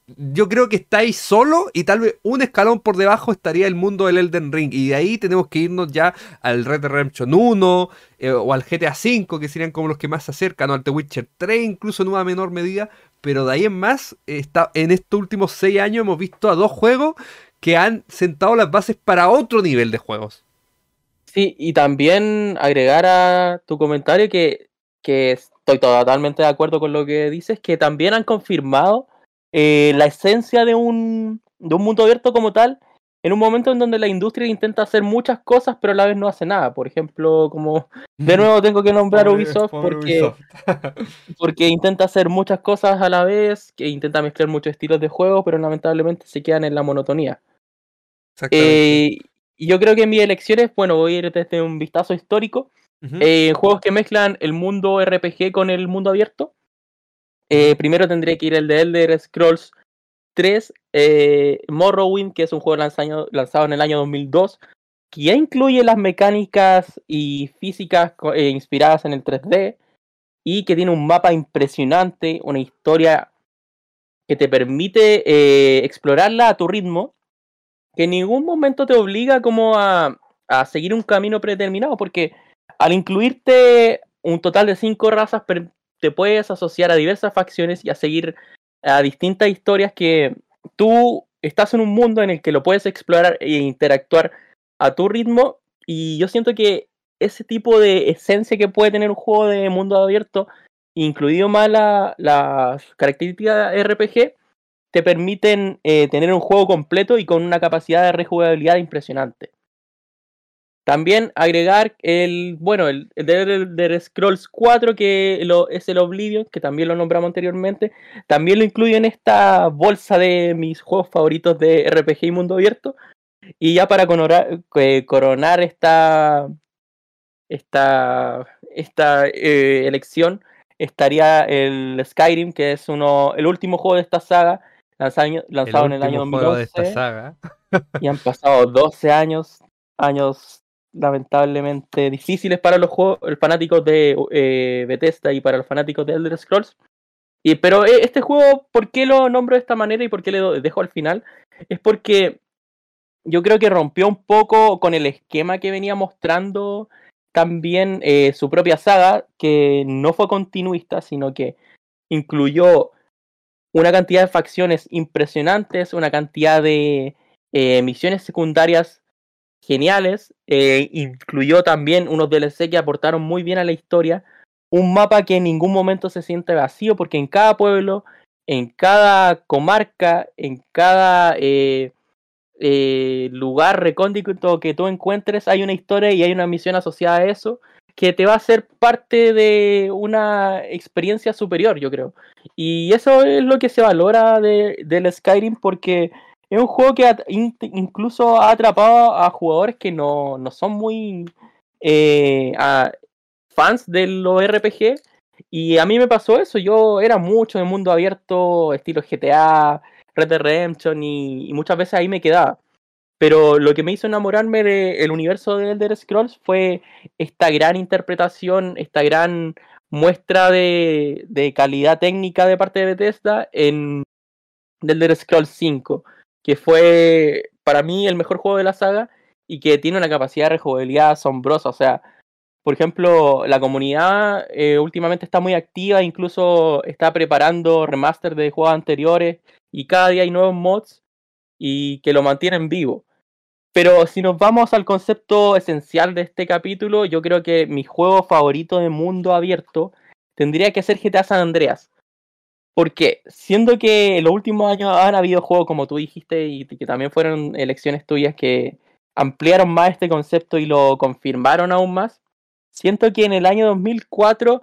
yo creo que está ahí solo y tal vez un escalón por debajo estaría el mundo del Elden Ring. Y de ahí tenemos que irnos ya al Red Dead Redemption 1 o al GTA V, que serían como los que más se acercan, o al The Witcher 3 incluso en una menor medida. Pero de ahí en más, en estos últimos 6 años hemos visto a dos juegos que han sentado las bases para otro nivel de juegos. Sí, y también agregar a tu comentario que estoy totalmente de acuerdo con lo que dices, que también han confirmado la esencia de un mundo abierto como tal, en un momento en donde la industria intenta hacer muchas cosas, pero a la vez no hace nada. Por ejemplo, como de nuevo tengo que nombrar Ubisoft porque intenta hacer muchas cosas a la vez, que intenta mezclar muchos estilos de juego, pero lamentablemente se quedan en la monotonía. Exactamente. Y yo creo que en mis elecciones, bueno, voy a ir desde un vistazo histórico, juegos que mezclan el mundo RPG con el mundo abierto. Primero tendría que ir el de Elder Scrolls 3, Morrowind, que es un juego lanzado en el año 2002, que ya incluye las mecánicas y físicas inspiradas en el 3D. y que tiene un mapa impresionante, una historia que te permite explorarla a tu ritmo, que en ningún momento te obliga como a seguir un camino predeterminado, porque al incluirte un total de 5 razas, te puedes asociar a diversas facciones y a seguir a distintas historias que tú estás en un mundo en el que lo puedes explorar e interactuar a tu ritmo, y yo siento que ese tipo de esencia que puede tener un juego de mundo abierto, incluido más las características RPG, te permiten tener un juego completo y con una capacidad de rejugabilidad impresionante. También agregar el The Elder Scrolls 4, que es el Oblivion, que también lo nombramos anteriormente. También lo incluyo en esta bolsa de mis juegos favoritos de RPG y mundo abierto. Y ya para coronar esta elección, estaría el Skyrim, que es el último juego de esta saga, lanzado en el año último juego de esta 2011, saga. y han pasado 12 años lamentablemente difíciles para los fanáticos de Bethesda y para los fanáticos de Elder Scrolls. Pero este juego, ¿por qué lo nombro de esta manera y por qué le dejo al final? Es porque yo creo que rompió un poco con el esquema que venía mostrando también su propia saga, que no fue continuista, sino que incluyó una cantidad de facciones impresionantes, una cantidad de misiones secundarias geniales, incluyó también unos DLC que aportaron muy bien a la historia, un mapa que en ningún momento se siente vacío, porque en cada pueblo, en cada comarca, en cada lugar recóndito que tú encuentres, hay una historia y hay una misión asociada a eso, que te va a hacer parte de una experiencia superior, yo creo. Y eso es lo que se valora del Skyrim, porque es un juego que incluso ha atrapado a jugadores que no son muy fans de los RPG. Y a mí me pasó eso. Yo era mucho de mundo abierto, estilo GTA, Red Dead Redemption, y muchas veces ahí me quedaba. Pero lo que me hizo enamorarme del universo de Elder Scrolls fue esta gran interpretación, esta gran muestra de calidad técnica de parte de Bethesda en Elder Scrolls 5, que fue para mí el mejor juego de la saga y que tiene una capacidad de rejugabilidad asombrosa. O sea, por ejemplo, la comunidad últimamente está muy activa, incluso está preparando remaster de juegos anteriores y cada día hay nuevos mods y que lo mantienen vivo. Pero si nos vamos al concepto esencial de este capítulo, yo creo que mi juego favorito de mundo abierto tendría que ser GTA San Andreas. Porque siendo que en los últimos años han habido juegos, como tú dijiste, y que también fueron elecciones tuyas que ampliaron más este concepto y lo confirmaron aún más, siento que en el año 2004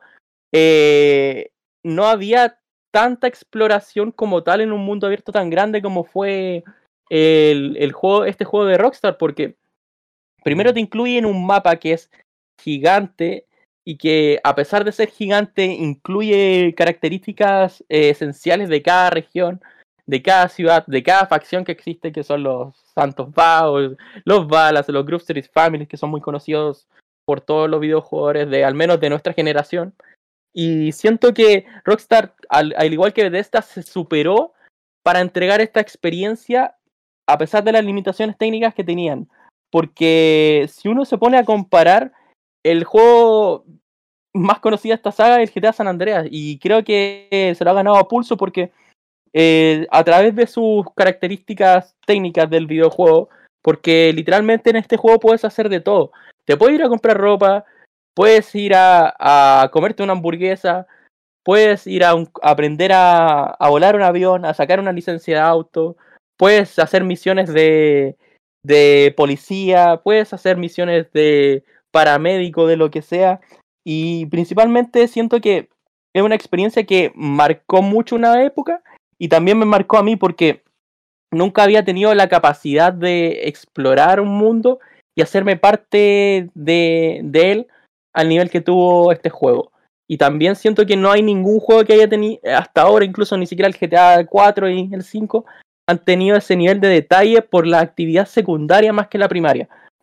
no había tanta exploración como tal en un mundo abierto tan grande como fue este juego de Rockstar, porque primero te incluyen un mapa que es gigante y que, a pesar de ser gigante, incluye características esenciales de cada región, de cada ciudad, de cada facción que existe, que son los Santos Vaos, los Balas, los Groove Street Families, que son muy conocidos por todos los videojugadores al menos de nuestra generación. Y siento que Rockstar, al igual que Bethesda, se superó para entregar esta experiencia a pesar de las limitaciones técnicas que tenían. Porque si uno se pone a comparar, el juego más conocido de esta saga es el GTA San Andreas, y creo que se lo ha ganado a pulso porque a través de sus características técnicas del videojuego, porque literalmente en este juego puedes hacer de todo. Te puedes ir a comprar ropa, puedes ir a comerte una hamburguesa, puedes ir a aprender a volar un avión, a sacar una licencia de auto, puedes hacer misiones de policía, puedes hacer misiones de paramédico, de lo que sea. Y principalmente siento que es una experiencia que marcó mucho una época y también me marcó a mí porque nunca había tenido la capacidad de explorar un mundo y hacerme parte de él al nivel que tuvo este juego. Y también siento que no hay ningún juego que haya tenido hasta ahora, incluso ni siquiera el GTA 4 y el 5, han tenido ese nivel de detalle por la actividad secundaria más que la primaria.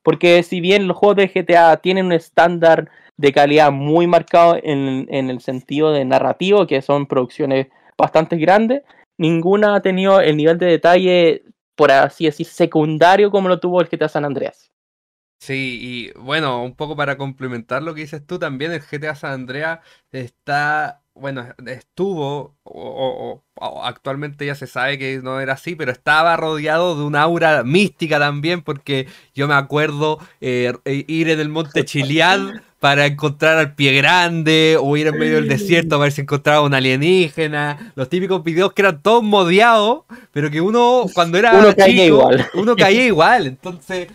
Porque si bien los juegos de GTA tienen un estándar de calidad muy marcado en el sentido de narrativo, que son producciones bastante grandes, ninguna ha tenido el nivel de detalle, por así decir, secundario como lo tuvo el GTA San Andreas. Sí, y bueno, un poco para complementar lo que dices tú, también el GTA San Andreas está, bueno, estuvo, o actualmente ya se sabe que no era así, pero estaba rodeado de un aura mística también, porque yo me acuerdo ir en el monte Chiliad para encontrar al pie grande, o ir en medio del desierto a ver si encontraba un alienígena, los típicos videos que eran todos modeados, pero que uno cuando Uno era caía chico, igual. uno caía igual, entonces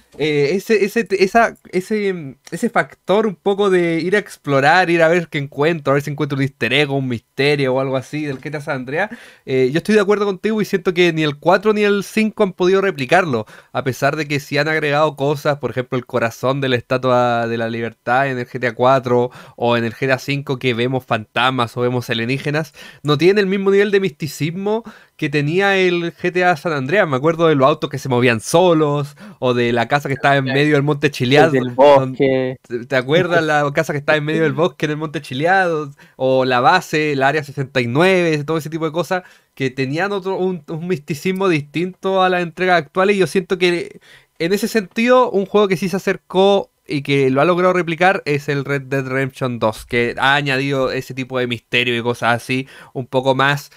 ese factor un poco de ir a explorar, ir a ver qué encuentro, a ver si encuentro un easter egg, un misterio o algo así del GTA San Andreas, yo estoy de acuerdo contigo y siento que ni el 4 ni el 5 han podido replicarlo, a pesar de que sí han agregado cosas, por ejemplo el corazón de la Estatua de la Libertad en el GTA 4 o en el GTA 5 que vemos fantasmas o vemos alienígenas, no tiene el mismo nivel de misticismo que tenía el GTA San Andreas. Me acuerdo de los autos que se movían solos, o de la casa que estaba en medio del monte Chiliad. Desde el bosque. ¿Te acuerdas la casa que estaba en medio del bosque en el monte Chiliad? O la base, el área 69, todo ese tipo de cosas que tenían un misticismo distinto a las entregas actuales. Y yo siento que en ese sentido, un juego que sí se acercó y que lo ha logrado replicar es el Red Dead Redemption 2, que ha añadido ese tipo de misterio y cosas así, un poco más...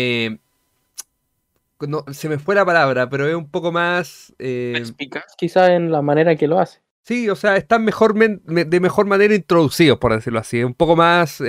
no, se me fue la palabra, pero es un poco más... Explicas quizá en la manera que lo hace. sí, o sea, están de mejor manera introducidos, por decirlo así. Un poco más...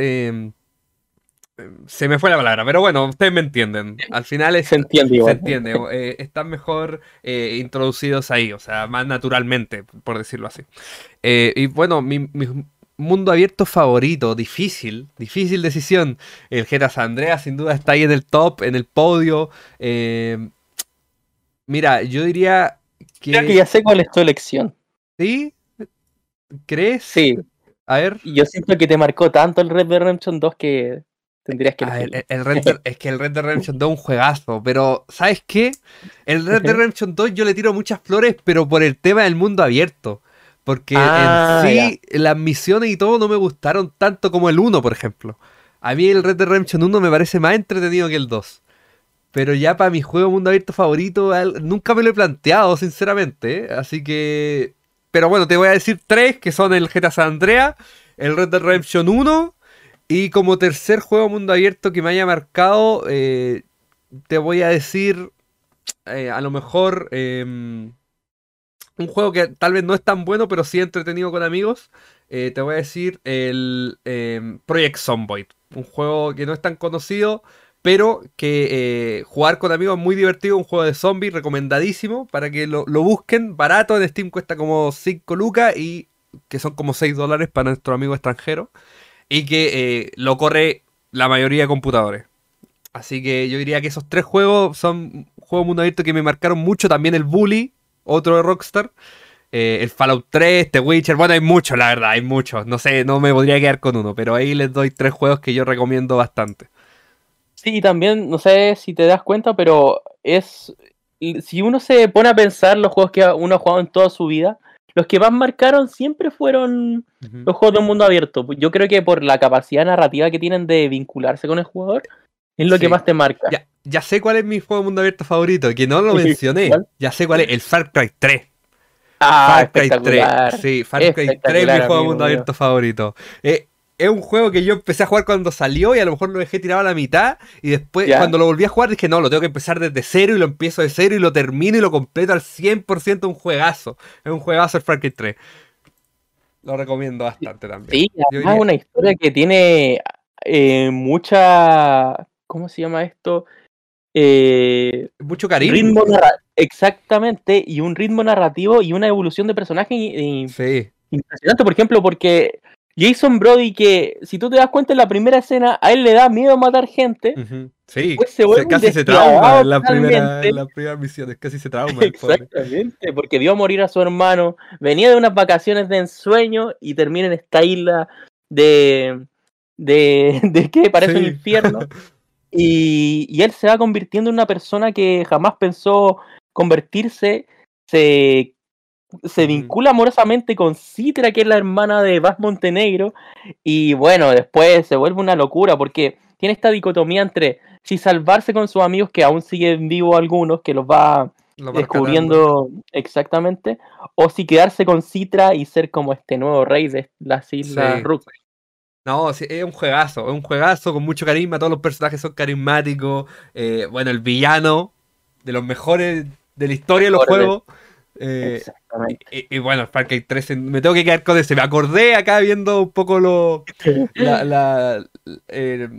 se me fue la palabra, pero bueno, ustedes me entienden. Al final Se entiende se igual. entiende. Están mejor introducidos ahí, o sea, más naturalmente, por decirlo así. Y bueno, mi mundo abierto favorito, difícil decisión. El GTA San Andreas sin duda está ahí en el top, en el podio. Mira, yo diría Creo que que... ya sé cuál es tu elección. ¿Sí? ¿Crees? Sí, A ver. y yo siento que te marcó tanto el Red Dead Redemption 2 que tendrías que A ver, elegirlo. es que el Red Dead Redemption 2 es un juegazo, pero ¿sabes qué? El Red Dead Redemption 2 yo le tiro muchas flores, pero por el tema del mundo abierto. Porque en Ah, ya. sí las misiones y todo no me gustaron tanto como el uno, por ejemplo. A mí el Red Dead Redemption 1 me parece más entretenido que el 2. Pero ya para mi juego mundo abierto favorito, nunca me lo he planteado, sinceramente. Así que... Pero bueno, te voy a decir tres, que son el GTA San Andreas, el Red Dead Redemption 1, y como tercer juego mundo abierto que me haya marcado, te voy a decir, a lo mejor, un juego que tal vez no es tan bueno, pero sí entretenido con amigos. Te voy a decir el Project Zomboid. Un juego que no es tan conocido, pero que jugar con amigos es muy divertido. Un juego de zombies recomendadísimo para que lo busquen. Barato en Steam cuesta como 5 lucas y que son como $6 para nuestro amigo extranjero. Y que lo corre la mayoría de computadores. Así que yo diría que esos tres juegos son juegos mundo abierto que me marcaron mucho. También el Bully, otro de Rockstar. El Fallout 3, The Witcher. Bueno, hay muchos, la verdad, hay muchos. No sé, no me podría quedar con uno, pero ahí les doy tres juegos que yo recomiendo bastante. Sí, también, no sé si te das cuenta, pero es... Si uno se pone a pensar los juegos que uno ha jugado en toda su vida, los que más marcaron siempre fueron Ujú. los juegos de mundo abierto. Yo creo que por la capacidad narrativa que tienen de vincularse con el jugador, es lo que Sí. más te marca. Ya sé cuál es mi juego mundo abierto favorito, que no lo mencioné. ¿Cuál? Ya sé cuál es, el Far Cry 3. Ah, Far Cry 3, espectacular. sí, Far Cry 3 es mi Espectacular, juego amigo mundo mío. abierto favorito. Es un juego que yo empecé a jugar cuando salió y a lo mejor lo dejé tirado a la mitad y después ¿Ya? cuando lo volví a jugar dije no, lo tengo que empezar desde cero y lo empiezo de cero y lo termino y lo completo al 100%, un juegazo. Es un juegazo el Far Cry 3. Lo recomiendo bastante también. Sí, Yo además es diría, una historia que tiene mucha... ¿Cómo se llama esto? mucho cariño. Exactamente, y un ritmo narrativo y una evolución de personaje Sí. impresionante, por ejemplo, porque Jason Brody, que si tú te das cuenta en la primera escena, a él le da miedo matar gente, Ujú. Sí, después se vuelve un casi se trauma despiadado en totalmente. las primeras misiones, casi se trauma el pobre. Exactamente, porque vio morir a su hermano, venía de unas vacaciones de ensueño y termina en esta isla de, de que parece un Sí. infierno. Y él se va convirtiendo en una persona que jamás pensó convertirse, se se vincula amorosamente con Citra, que es la hermana de Bas Montenegro, y bueno, después se vuelve una locura porque tiene esta dicotomía entre si salvarse con sus amigos, que aún siguen vivos algunos, que los va Lo va rescatando. descubriendo exactamente, o si quedarse con Citra y ser como este nuevo rey de las Islas Sí. Rook. No, sí, es un juegazo con mucho carisma, todos los personajes son carismáticos, bueno, el villano de los mejores de la historia de los juegos, Exactamente. y bueno, Far Cry 3, me tengo que quedar con ese, me acordé acá viendo un poco la, la, eh,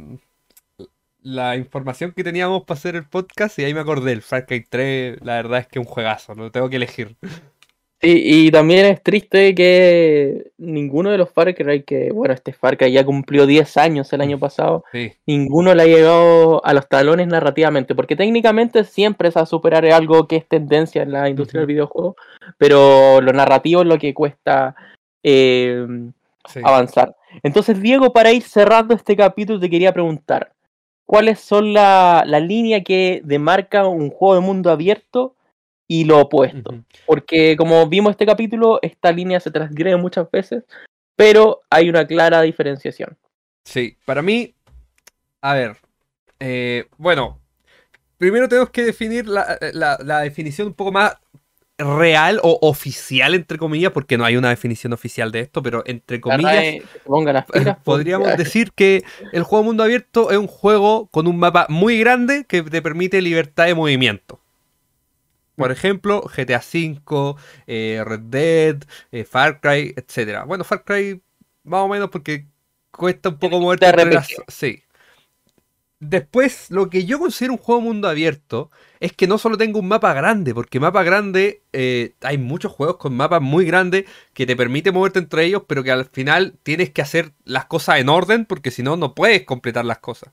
la información que teníamos para hacer el podcast y ahí me acordé, el Far Cry 3, la verdad es que es un juegazo, no tengo que elegir. Sí, y también es triste que ninguno de los Far Cry, que bueno, este Far Cry ya cumplió 10 años el año pasado, Sí. ninguno le ha llegado a los talones narrativamente, porque técnicamente siempre es a superar algo que es tendencia en la industria del videojuego, pero lo narrativo es lo que cuesta eh, Sí. avanzar. Entonces, Diego, para ir cerrando este capítulo, te quería preguntar, ¿cuáles son la línea que demarca un juego de mundo abierto y lo opuesto? Ujú. Porque como vimos este capítulo, esta línea se transgrede muchas veces, pero hay una clara diferenciación. Sí, para mí, a ver, bueno, primero tenemos que definir la definición un poco más real o oficial, entre comillas, porque no hay una definición oficial de esto, pero entre La comillas, RAE que se ponga las pilas porque podríamos decir que el juego mundo abierto es un juego con un mapa muy grande que te permite libertad de movimiento. Por ejemplo, GTA V, Red Dead, Far Cry, etc. Bueno, Far Cry más o menos porque cuesta un poco moverte entre las... RPG. Sí. Después, lo que yo considero un juego mundo abierto es que no solo tenga un mapa grande, porque mapa grande, hay muchos juegos con mapas muy grandes que te permite moverte entre ellos, pero que al final tienes que hacer las cosas en orden, porque si no, no puedes completar las cosas.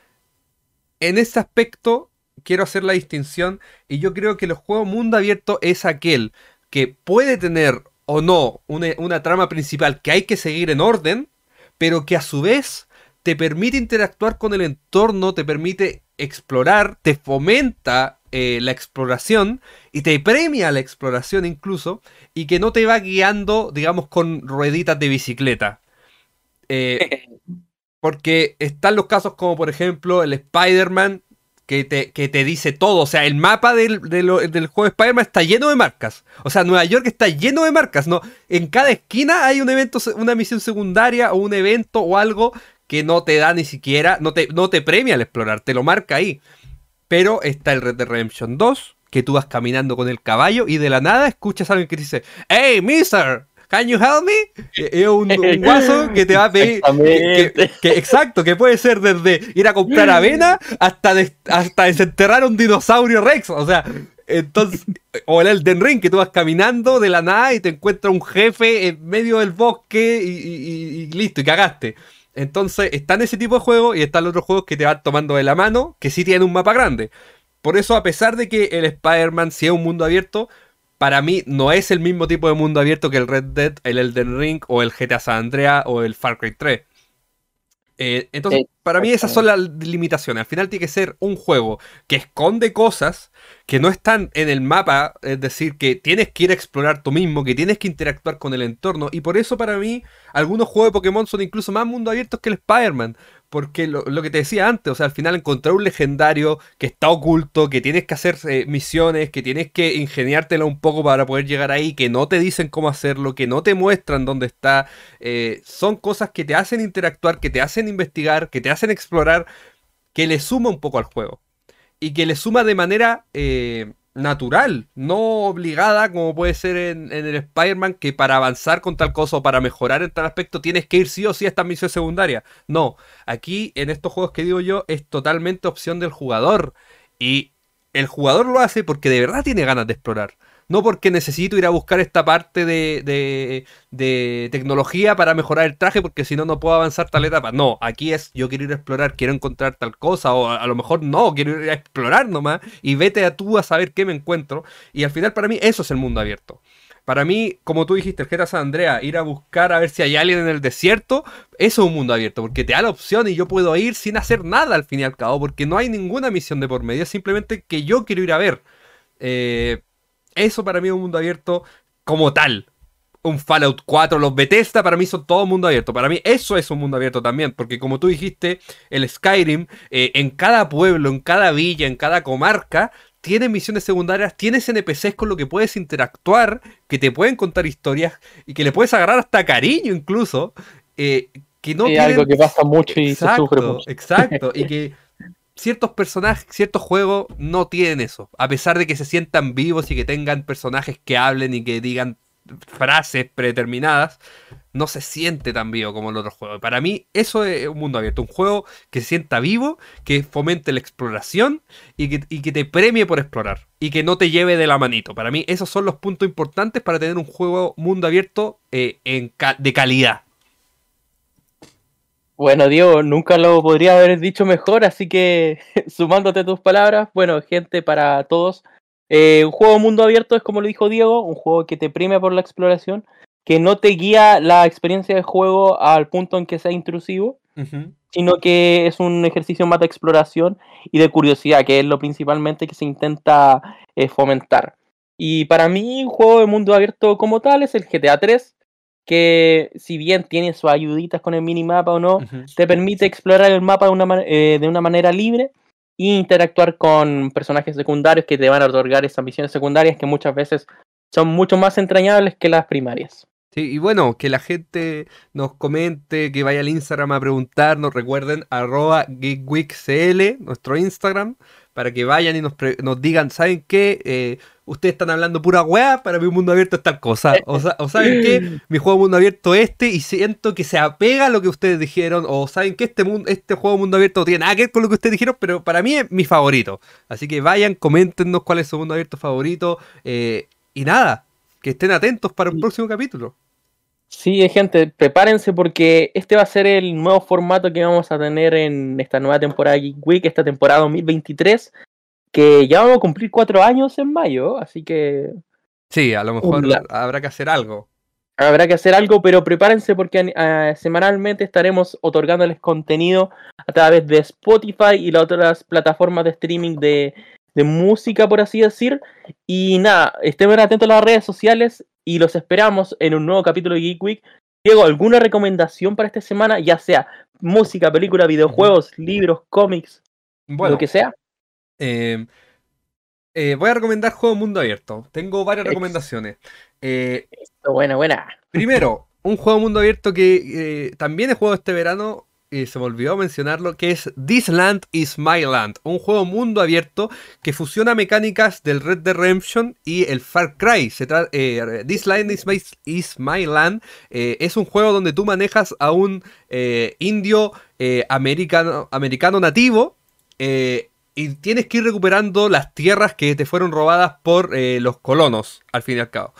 En ese aspecto, quiero hacer la distinción, y yo creo que el juego mundo abierto es aquel que puede tener o no una trama principal que hay que seguir en orden, pero que a su vez te permite interactuar con el entorno, te permite explorar, te fomenta la exploración y te premia la exploración incluso, y que no te va guiando, digamos, con rueditas de bicicleta. Porque están los casos como por ejemplo el Spider-Man que te dice todo. O sea, el mapa del juego de Spider-Man está lleno de marcas. O sea, Nueva York está lleno de marcas. ¿No? En cada esquina hay un evento, una misión secundaria o un evento o algo que no te da ni siquiera, no te premia al explorar, te lo marca ahí. Pero está el Red Dead Redemption 2, que tú vas caminando con el caballo y de la nada escuchas a alguien que dice, ¡Hey, mister! ¿Can you help me? Es un guaso que te va a pedir. Exactamente. Exacto, que puede ser desde ir a comprar avena hasta desenterrar un dinosaurio Rex. O sea, entonces. O el Elden Ring, que tú vas caminando de la nada y te encuentras un jefe en medio del bosque y listo, y cagaste. Entonces, están ese tipo de juegos y están los otros juegos que te van tomando de la mano, que sí tienen un mapa grande. Por eso, a pesar de que el Spider-Man sí es un mundo abierto, para mí no es el mismo tipo de mundo abierto que el Red Dead, el Elden Ring o el GTA San Andreas o el Far Cry 3. Entonces, para mí esas son las limitaciones. Al final tiene que ser un juego que esconde cosas que no están en el mapa, es decir, que tienes que ir a explorar tú mismo, que tienes que interactuar con el entorno. Y por eso para mí algunos juegos de Pokémon son incluso más mundo abiertos que el Spider-Man. Porque lo que te decía antes, o sea, al final encontrar un legendario que está oculto, que tienes que hacer misiones, que tienes que ingeniártelo un poco para poder llegar ahí, que no te dicen cómo hacerlo, que no te muestran dónde está, son cosas que te hacen interactuar, que te hacen investigar, que te hacen explorar, que le suma un poco al juego. Y que le suma de manera natural, no obligada como puede ser en el Spider-Man, que para avanzar con tal cosa o para mejorar en tal aspecto tienes que ir sí o sí a esta misión secundaria. No, aquí en estos juegos que digo yo es totalmente opción del jugador. Y el jugador lo hace porque de verdad tiene ganas de explorar. No porque necesito ir a buscar esta parte de tecnología para mejorar el traje, porque si no, no puedo avanzar tal etapa. No, aquí es yo quiero ir a explorar, quiero encontrar tal cosa, o a lo mejor no, quiero ir a explorar nomás, y vete a tú a saber qué me encuentro. Y al final, para mí, eso es el mundo abierto. Para mí, como tú dijiste, el GTA San Andreas, ir a buscar a ver si hay alguien en el desierto, eso es un mundo abierto, porque te da la opción y yo puedo ir sin hacer nada al fin y al cabo, porque no hay ninguna misión de por medio, es simplemente que yo quiero ir a ver. Eso para mí es un mundo abierto como tal. Un Fallout 4, los Bethesda para mí son todo mundo abierto. Para mí eso es un mundo abierto también, porque como tú dijiste, el Skyrim, en cada pueblo, en cada villa, en cada comarca, tienes misiones secundarias, tienes NPCs con lo que puedes interactuar, que te pueden contar historias y que le puedes agarrar hasta cariño incluso, que no Es tienen... algo que pasa mucho y se sufre Exacto, mucho. exacto, y que ciertos personajes, ciertos juegos no tienen eso, a pesar de que se sientan vivos y que tengan personajes que hablen y que digan frases predeterminadas, no se siente tan vivo como en otros juegos. Para mí eso es un mundo abierto, un juego que se sienta vivo, que fomente la exploración y que te premie por explorar y que no te lleve de la manito. Para mí esos son los puntos importantes para tener un juego mundo abierto de calidad. Bueno, Diego, nunca lo podría haber dicho mejor, así que sumándote a tus palabras, bueno, gente, para todos, un juego mundo abierto es como lo dijo Diego, un juego que te premia por la exploración, que no te guía la experiencia de juego al punto en que sea intrusivo, sino que es un ejercicio más de exploración y de curiosidad, que es lo principalmente que se intenta fomentar. Y para mí, un juego de mundo abierto como tal es el GTA 3, que si bien tiene sus ayuditas con el minimapa o no, te permite explorar el mapa de una manera libre e interactuar con personajes secundarios que te van a otorgar esas misiones secundarias que muchas veces son mucho más entrañables que las primarias. Sí, y bueno, que la gente nos comente, que vaya al Instagram a preguntarnos, recuerden, @geekweekcl, nuestro Instagram, para que vayan y nos digan, ¿saben qué? Ustedes están hablando pura weá, para mí un mundo abierto es tal cosa. O ¿saben qué? Mi juego mundo abierto es y siento que se apega a lo que ustedes dijeron, o ¿saben qué? Este juego mundo abierto no tiene nada que ver con lo que ustedes dijeron, pero para mí es mi favorito. Así que vayan, coméntenos cuál es su mundo abierto favorito, y nada, que estén atentos para un próximo capítulo. Sí, gente, prepárense porque este va a ser el nuevo formato que vamos a tener en esta nueva temporada de Geek Week, esta temporada 2023, que ya vamos a cumplir 4 años en mayo, así que Sí, a lo mejor habrá que hacer algo. habrá que hacer algo, pero prepárense porque semanalmente estaremos otorgándoles contenido a través de Spotify y las otras plataformas de streaming de música, por así decir. Y nada, estén atentos a las redes sociales y los esperamos en un nuevo capítulo de Geek Week. Diego, ¿alguna recomendación para esta semana? Ya sea música, película, videojuegos, libros, cómics, lo que Bueno, sea. voy a recomendar juegos mundo abierto. Tengo varias recomendaciones. Eh, Buena, buena. Primero, un juego mundo abierto que también he jugado este verano, y se me olvidó mencionarlo, que es This Land is My Land. Un juego mundo abierto que fusiona mecánicas del Red Dead Redemption y el Far Cry. This Land is My Land es un juego donde tú manejas a un indio americano nativo. Y tienes que ir recuperando las tierras que te fueron robadas por los colonos, al fin y al cabo.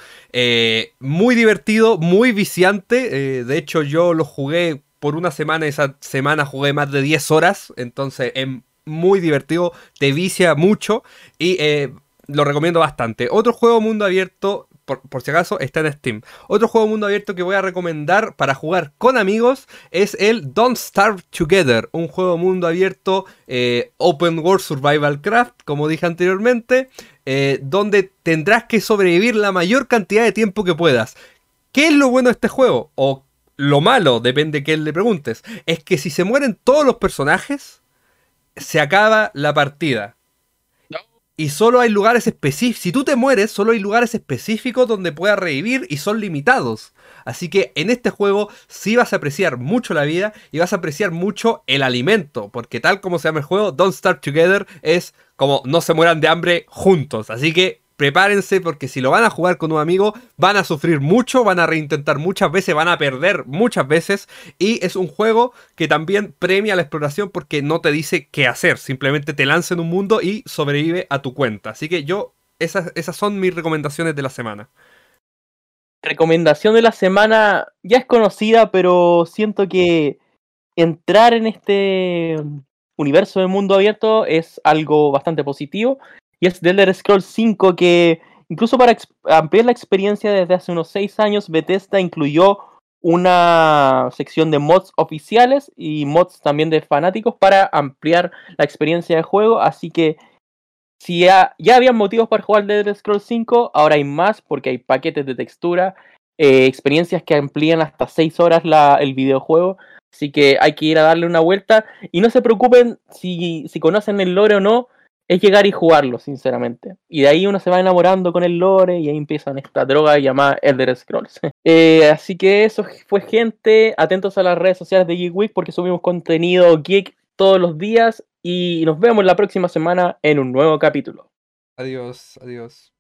Muy divertido, muy viciante. De hecho, yo lo jugué por una semana. Esa semana jugué más de 10 horas. Entonces, es muy divertido. Te vicia mucho. Y lo recomiendo bastante. Otro juego mundo abierto, por si acaso, está en Steam. Otro juego mundo abierto que voy a recomendar para jugar con amigos es el Don't Starve Together. Un juego mundo abierto, Open World Survival Craft, como dije anteriormente, donde tendrás que sobrevivir la mayor cantidad de tiempo que puedas. ¿Qué es lo bueno de este juego? O lo malo, depende de quién le preguntes. Es que si se mueren todos los personajes, se acaba la partida. Y solo hay lugares específicos. Si tú te mueres, solo hay lugares específicos donde puedas revivir y son limitados. Así que en este juego sí vas a apreciar mucho la vida y vas a apreciar mucho el alimento. Porque tal como se llama el juego, Don't Starve Together es como no se mueran de hambre juntos. Así que prepárense porque si lo van a jugar con un amigo van a sufrir mucho, van a reintentar muchas veces, van a perder muchas veces. Y es un juego que también premia la exploración porque no te dice qué hacer, simplemente te lanza en un mundo y sobrevive a tu cuenta. Así que esas son mis recomendaciones de la semana. Recomendación de la semana ya es conocida, pero siento que entrar en este universo de mundo abierto es algo bastante positivo. Y es The Elder Scrolls 5, que incluso para ampliar la experiencia desde hace unos 6 años, Bethesda incluyó una sección de mods oficiales y mods también de fanáticos para ampliar la experiencia de juego. Así que Si ya habían motivos para jugar The Elder Scrolls 5, ahora hay más porque hay paquetes de textura, experiencias que amplían hasta 6 horas el videojuego. Así que hay que ir a darle una vuelta. Y no se preocupen si conocen el lore o no, es llegar y jugarlo, sinceramente. Y de ahí uno se va enamorando con el lore y ahí empiezan esta droga llamada Elder Scrolls. Así que eso fue, gente. Atentos a las redes sociales de Geek Week porque subimos contenido geek todos los días. Y nos vemos la próxima semana en un nuevo capítulo. Adiós, adiós.